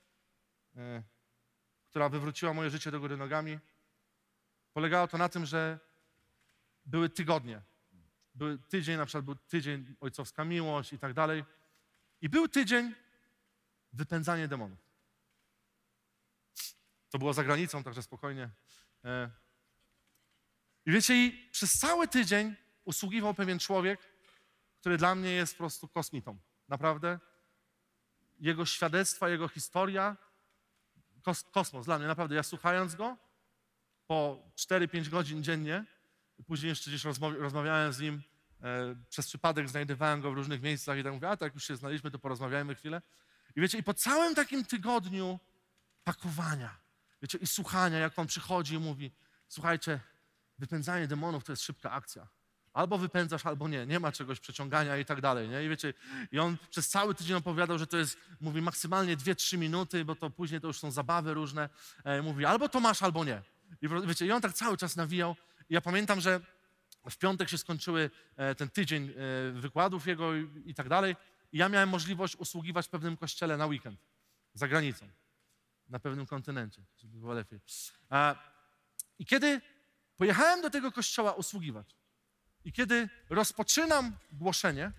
która wywróciła moje życie do góry nogami, polegało to na tym, że były tygodnie. Na przykład był tydzień ojcowska miłość i tak dalej. I był tydzień wypędzanie demonów. To było za granicą, także spokojnie. I wiecie, i przez cały tydzień usługiwał pewien człowiek, który dla mnie jest po prostu kosmitą. Naprawdę. Jego świadectwa, jego historia, kosmos dla mnie, naprawdę. Ja słuchając go po 4-5 godzin dziennie, później jeszcze gdzieś rozmawiałem z nim, przez przypadek znajdowałem go w różnych miejscach i tak mówię, tak już się znaliśmy, to porozmawiajmy chwilę. I wiecie, i po całym takim tygodniu pakowania, wiecie, i słuchania, jak on przychodzi i mówi, słuchajcie, wypędzanie demonów to jest szybka akcja. Albo wypędzasz, albo nie. Nie ma czegoś przeciągania i tak dalej, nie? I wiecie, i on przez cały tydzień opowiadał, że to jest, mówi, maksymalnie 2-3 minuty, bo to później to już są zabawy różne. Mówi, albo to masz, albo nie. I wiecie, i on tak cały czas nawijał. I ja pamiętam, że w piątek się skończyły ten tydzień wykładów jego i tak dalej. I ja miałem możliwość usługiwać w pewnym kościele na weekend, za granicą, na pewnym kontynencie, żeby było lepiej. I kiedy pojechałem do tego kościoła usługiwać i kiedy rozpoczynam głoszenie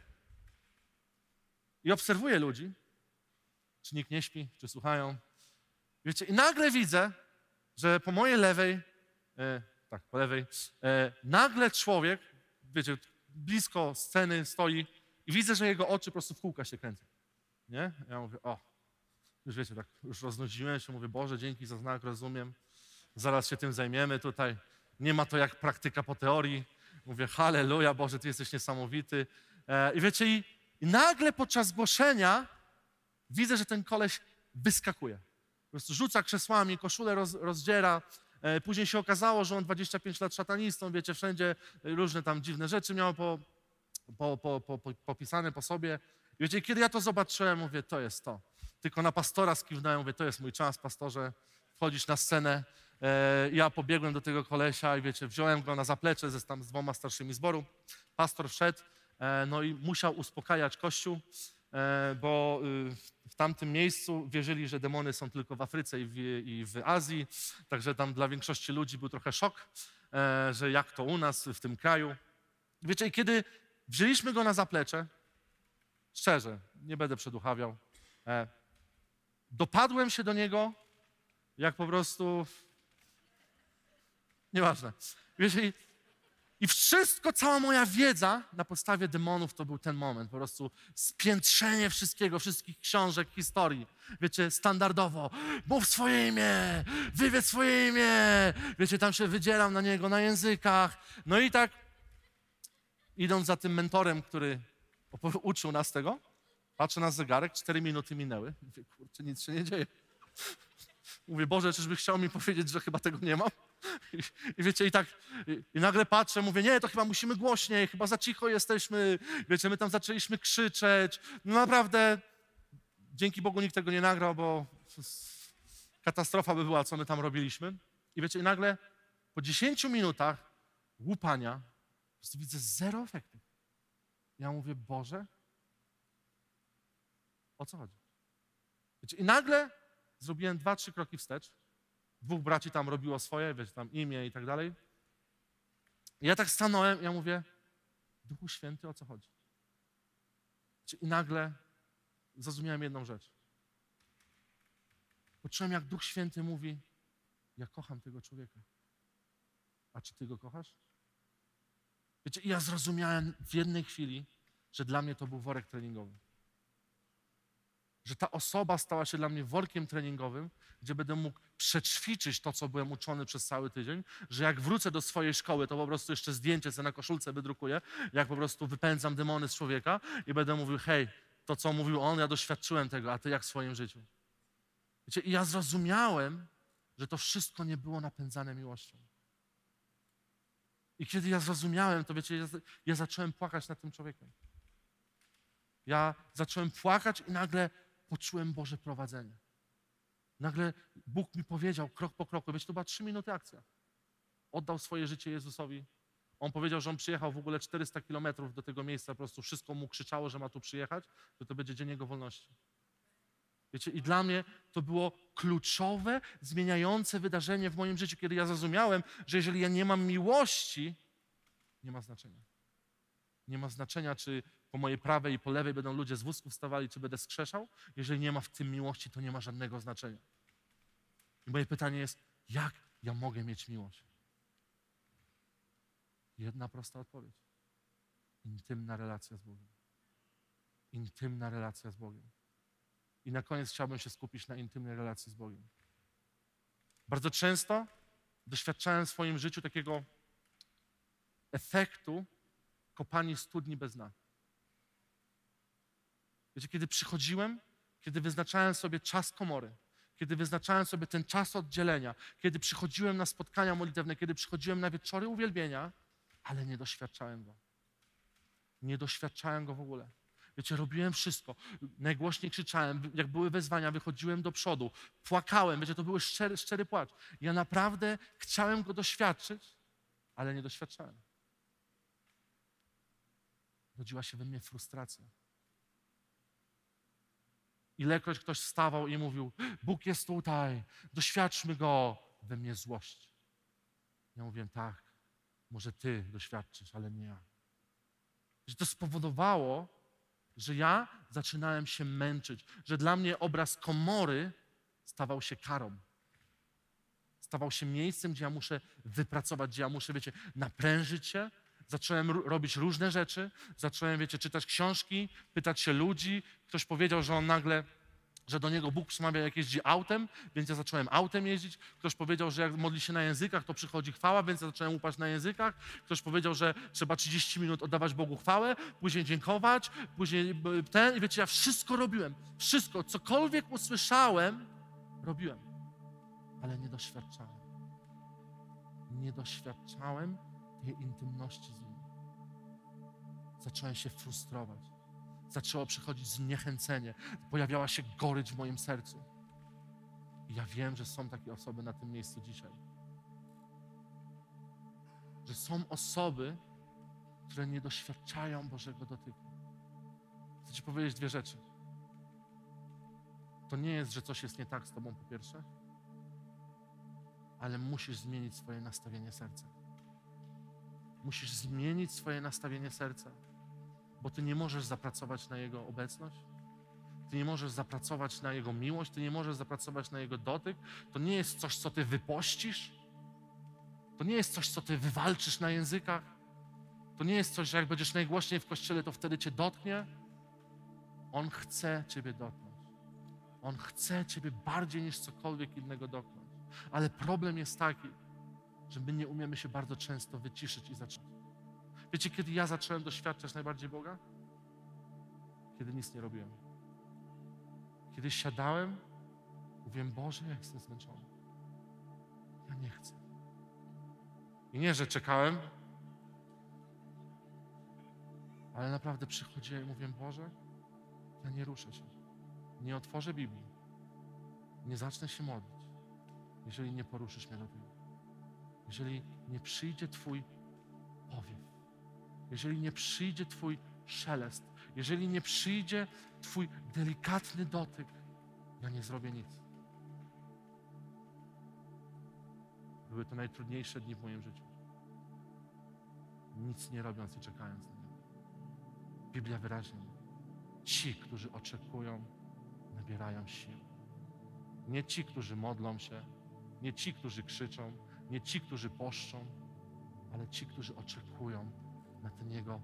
i obserwuję ludzi, czy nikt nie śpi, czy słuchają, wiecie, i nagle widzę, że po mojej lewej, po lewej, nagle człowiek, wiecie, blisko sceny stoi i widzę, że jego oczy po prostu w kółka się kręcą. Nie? Ja mówię, już wiecie, tak już roznudziłem się, mówię, Boże, dzięki za znak, rozumiem, zaraz się tym zajmiemy tutaj. Nie ma to jak praktyka po teorii. Mówię, halleluja, Boże, Ty jesteś niesamowity. I wiecie, i I nagle podczas głoszenia widzę, że ten koleś wyskakuje. Po prostu rzuca krzesłami, koszulę rozdziera. Później się okazało, że on 25 lat szatanistą, wiecie, wszędzie różne tam dziwne rzeczy miał popisane po sobie. I wiecie, kiedy ja to zobaczyłem, mówię, to jest to. Tylko na pastora skiwnąłem, mówię, to jest mój czas, pastorze, wchodzisz na scenę. Ja pobiegłem do tego kolesia i wiecie, wziąłem go na zaplecze z 2 starszymi zboru. Pastor wszedł, no i musiał uspokajać Kościół, bo w tamtym miejscu wierzyli, że demony są tylko w Afryce i w Azji, także tam dla większości ludzi był trochę szok, że jak to u nas, w tym kraju. Wiecie, i kiedy wzięliśmy go na zaplecze, szczerze, nie będę przeduchawiał, dopadłem się do niego, jak po prostu, nieważne. Wiecie, i wszystko, cała moja wiedza na podstawie demonów to był ten moment. Po prostu spiętrzenie wszystkiego, wszystkich książek, historii. Wiecie, standardowo. Mów swoje imię, wywiedz swoje imię. Wiecie, tam się wydzieram na niego na językach. No i tak, idąc za tym mentorem, który uczył nas tego, patrzę na zegarek, 4 minuty minęły. Mówię, kurczę, nic się nie dzieje. Mówię, Boże, czyżby chciał mi powiedzieć, że chyba tego nie mam? I wiecie, i nagle patrzę, mówię, nie, to chyba musimy głośniej, chyba za cicho jesteśmy. Wiecie, my tam zaczęliśmy krzyczeć. No naprawdę, dzięki Bogu nikt tego nie nagrał, bo katastrofa by była, co my tam robiliśmy. I wiecie, i nagle po 10 minutach łupania po prostu widzę 0 efektu. Ja mówię, Boże, o co chodzi? Wiecie, i nagle zrobiłem 2-3 kroki wstecz. 2 braci tam robiło swoje, wiecie, tam imię i tak dalej. I ja tak stanąłem, ja mówię, Duchu Święty, o co chodzi? I nagle zrozumiałem jedną rzecz. Poczułem, jak Duch Święty mówi, ja kocham tego człowieka. A czy ty go kochasz? Wiecie, i ja zrozumiałem w jednej chwili, że dla mnie to był worek treningowy. Że ta osoba stała się dla mnie workiem treningowym, gdzie będę mógł przećwiczyć to, co byłem uczony przez cały tydzień, że jak wrócę do swojej szkoły, to po prostu jeszcze zdjęcie sobie na koszulce wydrukuję, jak po prostu wypędzam demony z człowieka i będę mówił, hej, to co mówił on, ja doświadczyłem tego, a ty jak w swoim życiu? Wiecie, i ja zrozumiałem, że to wszystko nie było napędzane miłością. I kiedy ja zrozumiałem, to wiecie, ja zacząłem płakać nad tym człowiekiem. Ja zacząłem płakać i nagle poczułem Boże prowadzenie. Nagle Bóg mi powiedział krok po kroku, wiecie, to była 3 minuty akcja. Oddał swoje życie Jezusowi. On powiedział, że on przyjechał w ogóle 400 kilometrów do tego miejsca, po prostu wszystko mu krzyczało, że ma tu przyjechać, że to będzie dzień jego wolności. Wiecie, i dla mnie to było kluczowe, zmieniające wydarzenie w moim życiu, kiedy ja zrozumiałem, że jeżeli ja nie mam miłości, nie ma znaczenia. Nie ma znaczenia, czy po mojej prawej i po lewej będą ludzie z wózków wstawali, czy będę skrzeszał. Jeżeli nie ma w tym miłości, to nie ma żadnego znaczenia. I moje pytanie jest, jak ja mogę mieć miłość? Jedna prosta odpowiedź. Intymna relacja z Bogiem. Intymna relacja z Bogiem. I na koniec chciałbym się skupić na intymnej relacji z Bogiem. Bardzo często doświadczałem w swoim życiu takiego efektu kopanie studni bez dna. Wiecie, kiedy przychodziłem, kiedy wyznaczałem sobie czas komory, kiedy wyznaczałem sobie ten czas oddzielenia, kiedy przychodziłem na spotkania modlitewne, kiedy przychodziłem na wieczory uwielbienia, ale nie doświadczałem Go. Nie doświadczałem Go w ogóle. Wiecie, robiłem wszystko. Najgłośniej krzyczałem, jak były wezwania, wychodziłem do przodu, płakałem. Wiecie, to był szczery płacz. Ja naprawdę chciałem Go doświadczyć, ale nie doświadczałem. Rodziła się we mnie frustracja. Ilekroć ktoś wstawał i mówił, Bóg jest tutaj, doświadczmy Go, we mnie złość. Ja mówiłem, tak, może Ty doświadczysz, ale nie ja. Że to spowodowało, że ja zaczynałem się męczyć, że dla mnie obraz komory stawał się karą. Stawał się miejscem, gdzie ja muszę wypracować, gdzie ja muszę, wiecie, naprężyć się. Zacząłem robić różne rzeczy, zacząłem, wiecie, czytać książki, pytać się ludzi. Ktoś powiedział, że on nagle że do niego Bóg przemawia, jak jeździ autem, więc ja zacząłem autem jeździć. Ktoś powiedział, że jak modli się na językach, to przychodzi chwała, więc ja zacząłem упać na językach. Ktoś powiedział, że trzeba 30 minut oddawać Bogu chwałę, później dziękować, później i wiecie, ja wszystko robiłem. Wszystko, cokolwiek usłyszałem, robiłem. Ale nie doświadczałem. Nie doświadczałem tej intymności z Nim. Zacząłem się frustrować. Zaczęło przychodzić zniechęcenie. Pojawiała się gorycz w moim sercu. I ja wiem, że są takie osoby na tym miejscu dzisiaj. Że są osoby, które nie doświadczają Bożego dotyku. Chcę Ci powiedzieć dwie rzeczy. To nie jest, że coś jest nie tak z Tobą, po pierwsze, ale musisz zmienić swoje nastawienie serca. Musisz zmienić swoje nastawienie serca, bo Ty nie możesz zapracować na Jego obecność, Ty nie możesz zapracować na Jego miłość, Ty nie możesz zapracować na Jego dotyk. To nie jest coś, co Ty wypościsz, to nie jest coś, co Ty wywalczysz na językach, to nie jest coś, że jak będziesz najgłośniej w kościele, to wtedy Cię dotknie. On chce Ciebie dotknąć. On chce Ciebie bardziej niż cokolwiek innego dotknąć. Ale problem jest taki, że my nie umiemy się bardzo często wyciszyć i zacząć. Wiecie, kiedy ja zacząłem doświadczać najbardziej Boga? Kiedy nic nie robiłem. Kiedy siadałem, mówiłem, Boże, ja jestem zmęczony. Ja nie chcę. I nie, że czekałem, ale naprawdę przychodziłem i mówiłem, Boże, ja nie ruszę się. Nie otworzę Biblii. Nie zacznę się modlić, jeżeli nie poruszysz mnie do tego. Jeżeli nie przyjdzie Twój powiew. Jeżeli nie przyjdzie Twój szelest. Jeżeli nie przyjdzie Twój delikatny dotyk, ja nie zrobię nic. Były to najtrudniejsze dni w moim życiu. Nic nie robiąc i czekając na Niego. Biblia wyraźnie mówi, ci, którzy oczekują, nabierają sił. Nie ci, którzy modlą się, nie ci, którzy krzyczą, nie ci, którzy poszczą, ale ci, którzy oczekują na ten Jego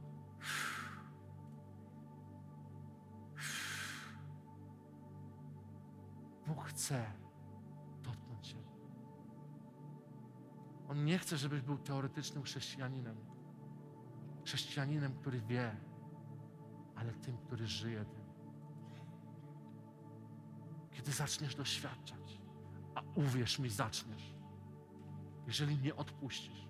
Bóg chce dotknąć Cię. On nie chce, żebyś był teoretycznym chrześcijaninem. Chrześcijaninem, który wie, ale tym, który żyje tym. Kiedy zaczniesz doświadczać, a uwierz mi, zaczniesz. Jeżeli nie odpuścisz,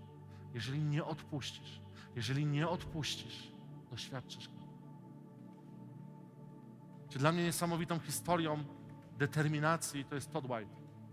doświadczysz Go. Czy dla mnie niesamowitą historią determinacji to jest Todd White.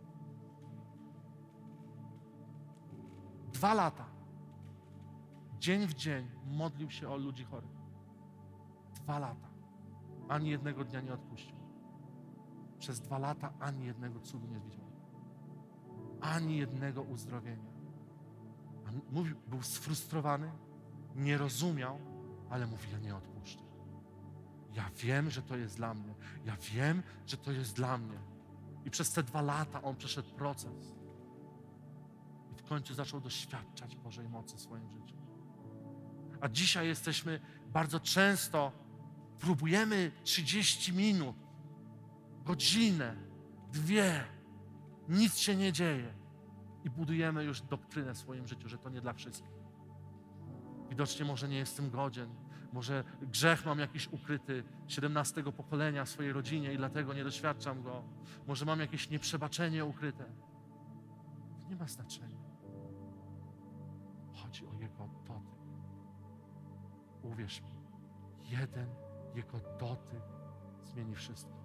2 lata, dzień w dzień modlił się o ludzi chorych. 2 lata. Ani jednego dnia nie odpuścił. Przez 2 lata ani jednego cudu nie widział. Ani jednego uzdrowienia. Mówił, był sfrustrowany, nie rozumiał, ale mówi, ja nie odpuszczę. Ja wiem, że to jest dla mnie. Ja wiem, że to jest dla mnie. I przez te 2 lata on przeszedł proces. I w końcu zaczął doświadczać Bożej mocy w swoim życiu. A dzisiaj jesteśmy bardzo często, próbujemy 30 minut, godzinę, 2, nic się nie dzieje. I budujemy już doktrynę w swoim życiu, że to nie dla wszystkich. Widocznie może nie jestem godzien, może grzech mam jakiś ukryty 17 pokolenia w swojej rodzinie i dlatego nie doświadczam go. Może mam jakieś nieprzebaczenie ukryte. To nie ma znaczenia. Chodzi o Jego dotyk. Uwierz mi, jeden Jego dotyk zmieni wszystko.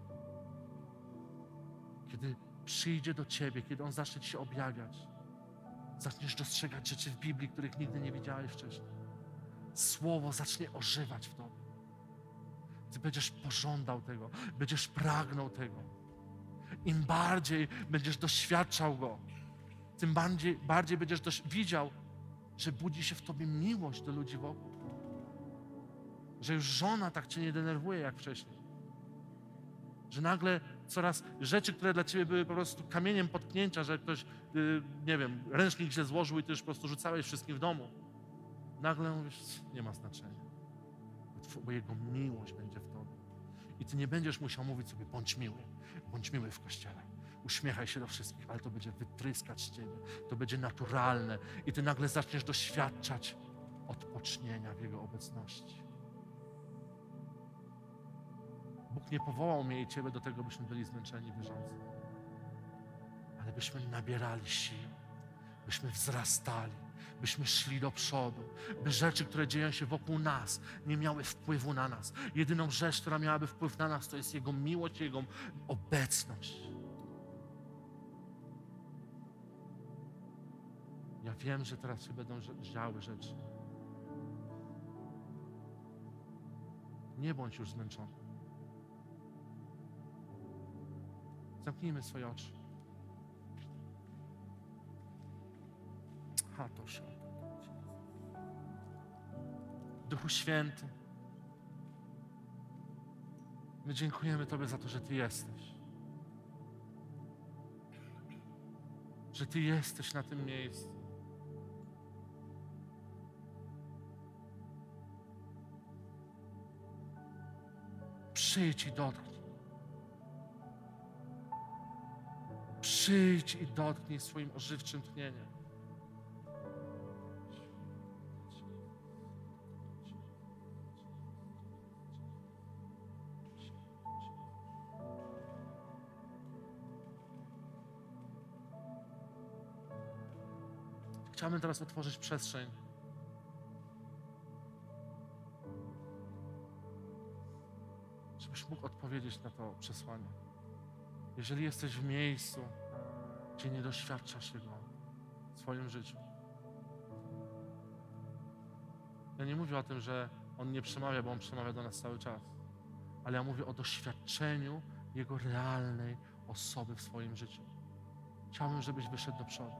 Kiedy przyjdzie do Ciebie, kiedy On zacznie Ci się objawiać, zaczniesz dostrzegać rzeczy w Biblii, których nigdy nie widziałeś wcześniej. Słowo zacznie ożywać w Tobie. Ty będziesz pożądał tego, będziesz pragnął tego. Im bardziej będziesz doświadczał Go, tym bardziej będziesz widział, że budzi się w Tobie miłość do ludzi wokół. Że już żona tak Cię nie denerwuje jak wcześniej. Że nagle coraz rzeczy, które dla Ciebie były po prostu kamieniem potknięcia, że ktoś, nie wiem, ręcznik źle złożył i Ty już po prostu rzucałeś wszystkim w domu. Nagle mówisz, nie ma znaczenia, bo Jego miłość będzie w Tobie. I Ty nie będziesz musiał mówić sobie, bądź miły w Kościele. Uśmiechaj się do wszystkich, ale to będzie wytryskać z Ciebie. To będzie naturalne i Ty nagle zaczniesz doświadczać odpocznienia w Jego obecności. Bóg nie powołał mnie i Ciebie do tego, byśmy byli zmęczeni, wierzący. Ale byśmy nabierali sił, byśmy wzrastali, byśmy szli do przodu, by rzeczy, które dzieją się wokół nas, nie miały wpływu na nas. Jedyną rzecz, która miałaby wpływ na nas, to jest Jego miłość, Jego obecność. Ja wiem, że teraz się będą działy rzeczy. Nie bądź już zmęczony. Zamknijmy swoje oczy. Duchu Święty, my dziękujemy Tobie za to, że Ty jesteś. Że Ty jesteś na tym miejscu. Przyjdź i dotknij. Przyjdź i dotknij swoim ożywczym tchnieniem. Chciałbym teraz otworzyć przestrzeń. Żebyś mógł odpowiedzieć na to przesłanie. Jeżeli jesteś w miejscu, gdzie nie doświadczasz Jego w swoim życiu. Ja nie mówię o tym, że On nie przemawia, bo On przemawia do nas cały czas. Ale ja mówię o doświadczeniu Jego realnej osoby w swoim życiu. Chciałbym, żebyś wyszedł do przodu.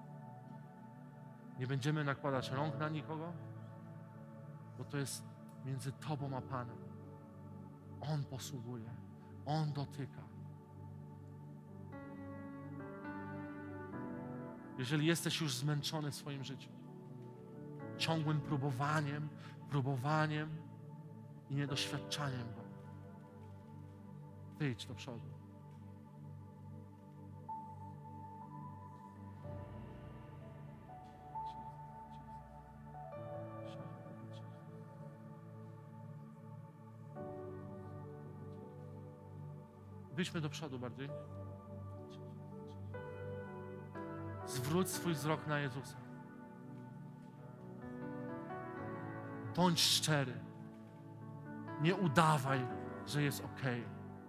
Nie będziemy nakładać rąk na nikogo, bo to jest między Tobą a Panem. On posługuje, On dotyka. Jeżeli jesteś już zmęczony w swoim życiu, ciągłym próbowaniem i niedoświadczaniem Go, wyjdź do przodu. Wyjdźmy do przodu bardziej. Zwróć swój wzrok na Jezusa. Bądź szczery. Nie udawaj, że jest okej.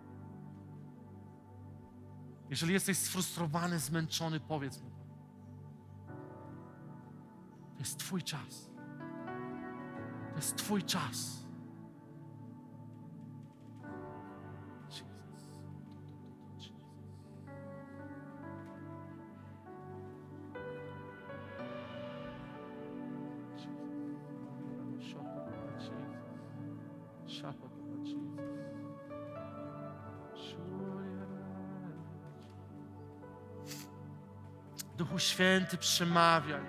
Jeżeli jesteś sfrustrowany, zmęczony, powiedz Mu to. To jest Twój czas. To jest Twój czas. Duchu Święty, przemawiaj.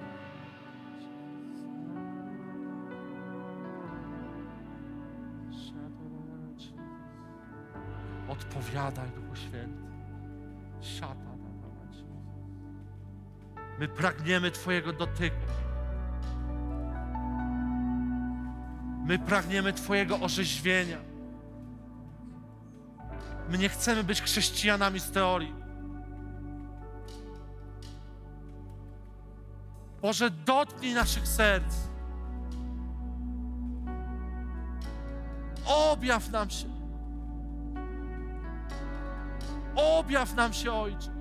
Odpowiadaj, Duchu Święty. My pragniemy Twojego dotyku. My pragniemy Twojego orzeźwienia. My nie chcemy być chrześcijanami z teorii. Boże, dotknij naszych serc. Objaw nam się. Objaw nam się, Ojcze.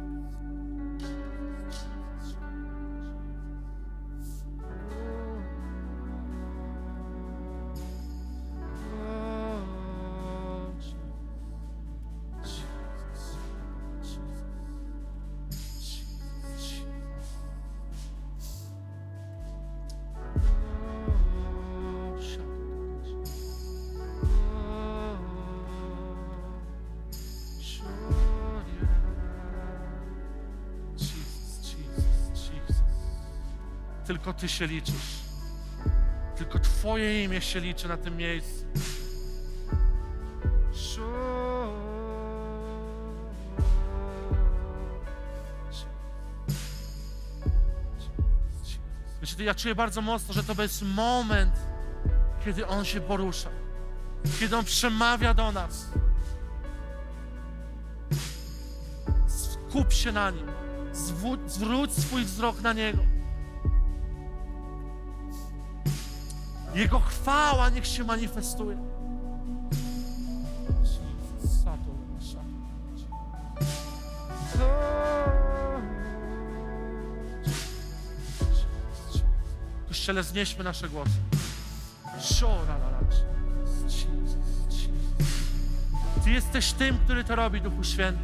Tylko Ty się liczysz. Tylko Twoje imię się liczy na tym miejscu. Wiecie, ja czuję bardzo mocno, że to jest moment, kiedy On się porusza, kiedy On przemawia do nas. Skup się na Nim, zwróć swój wzrok na Niego. Jego chwała niech się manifestuje. Kościele, znieśmy nasze głosy. Ty jesteś tym, który to robi, Duchu Święty.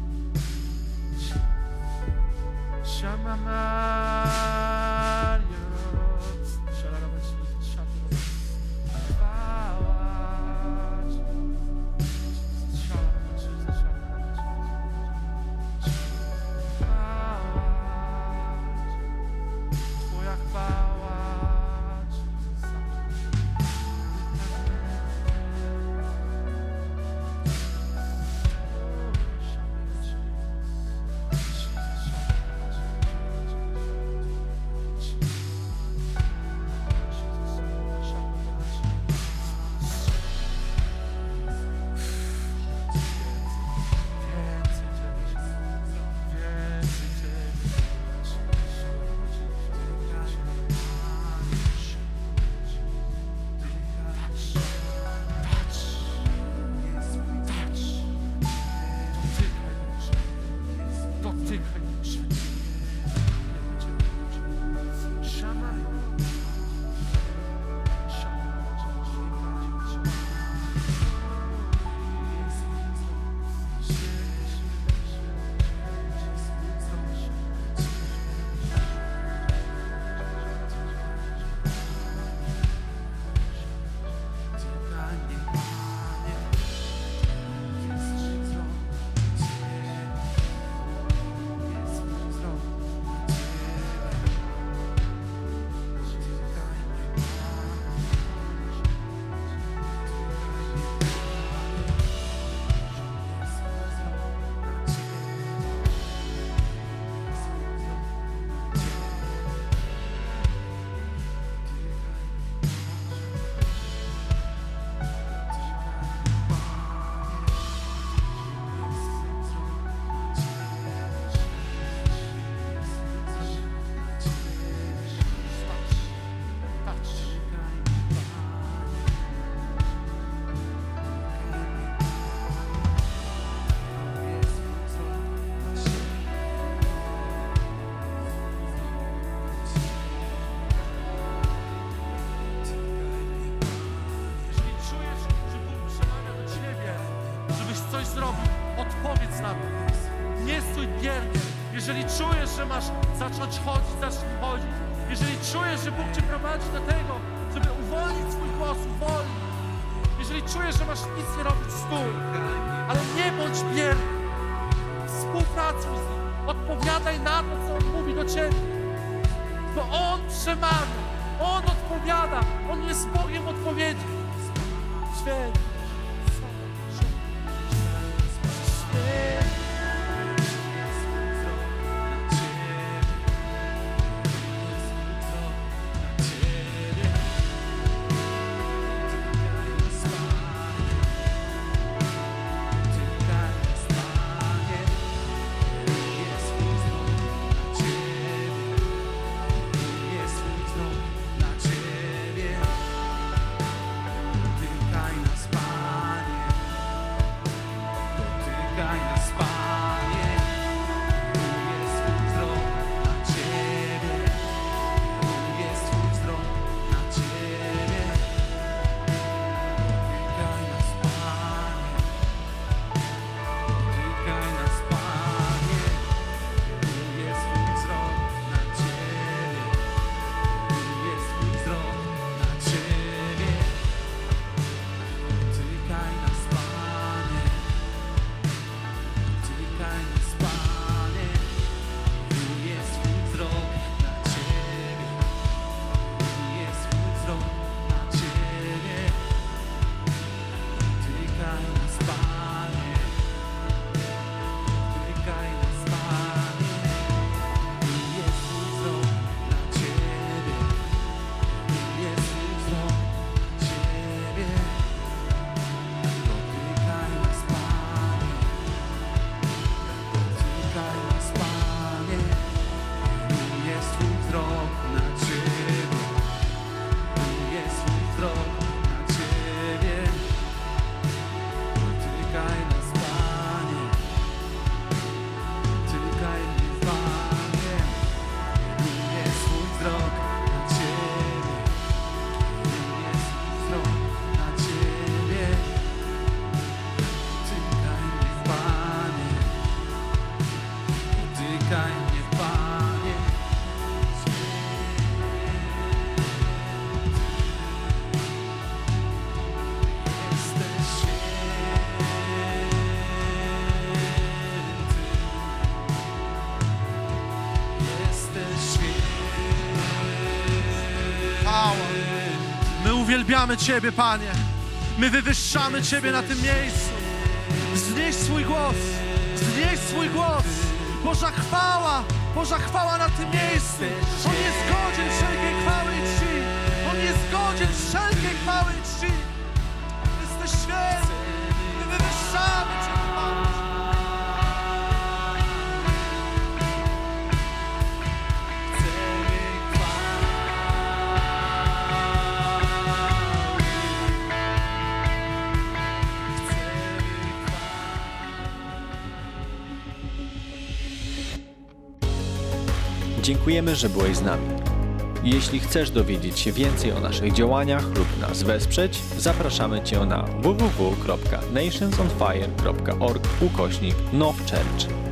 Jeżeli czujesz, że masz zacząć chodzić, zacznij chodzić. Jeżeli czujesz, że Bóg Cię prowadzi do tego, żeby uwolnić swój głos, uwolnij. Jeżeli czujesz, że masz nic nie robić, stój. Ale nie bądź bierny. Współpracuj z Nim. Odpowiadaj na to, co On mówi do Ciebie. Bo On przemawia. On odpowiada. On jest Bogiem odpowiedzi. Święty. Tykaj nas, Panie. uwielbiamy Ciebie, Panie. My wywyższamy Ciebie na tym miejscu. Wznieś swój głos, wznieś swój głos. Boża chwała na tym miejscu. On jest godzien wszelkiej chwały i czci. On jest godzien wszelkiej chwały i czci. Jesteś święty. My wywyższamy Ciebie, Panie. Dziękujemy, że byłeś z nami. Jeśli chcesz dowiedzieć się więcej o naszych działaniach lub nas wesprzeć, zapraszamy Cię na www.nationsonfire.org/NowChurch.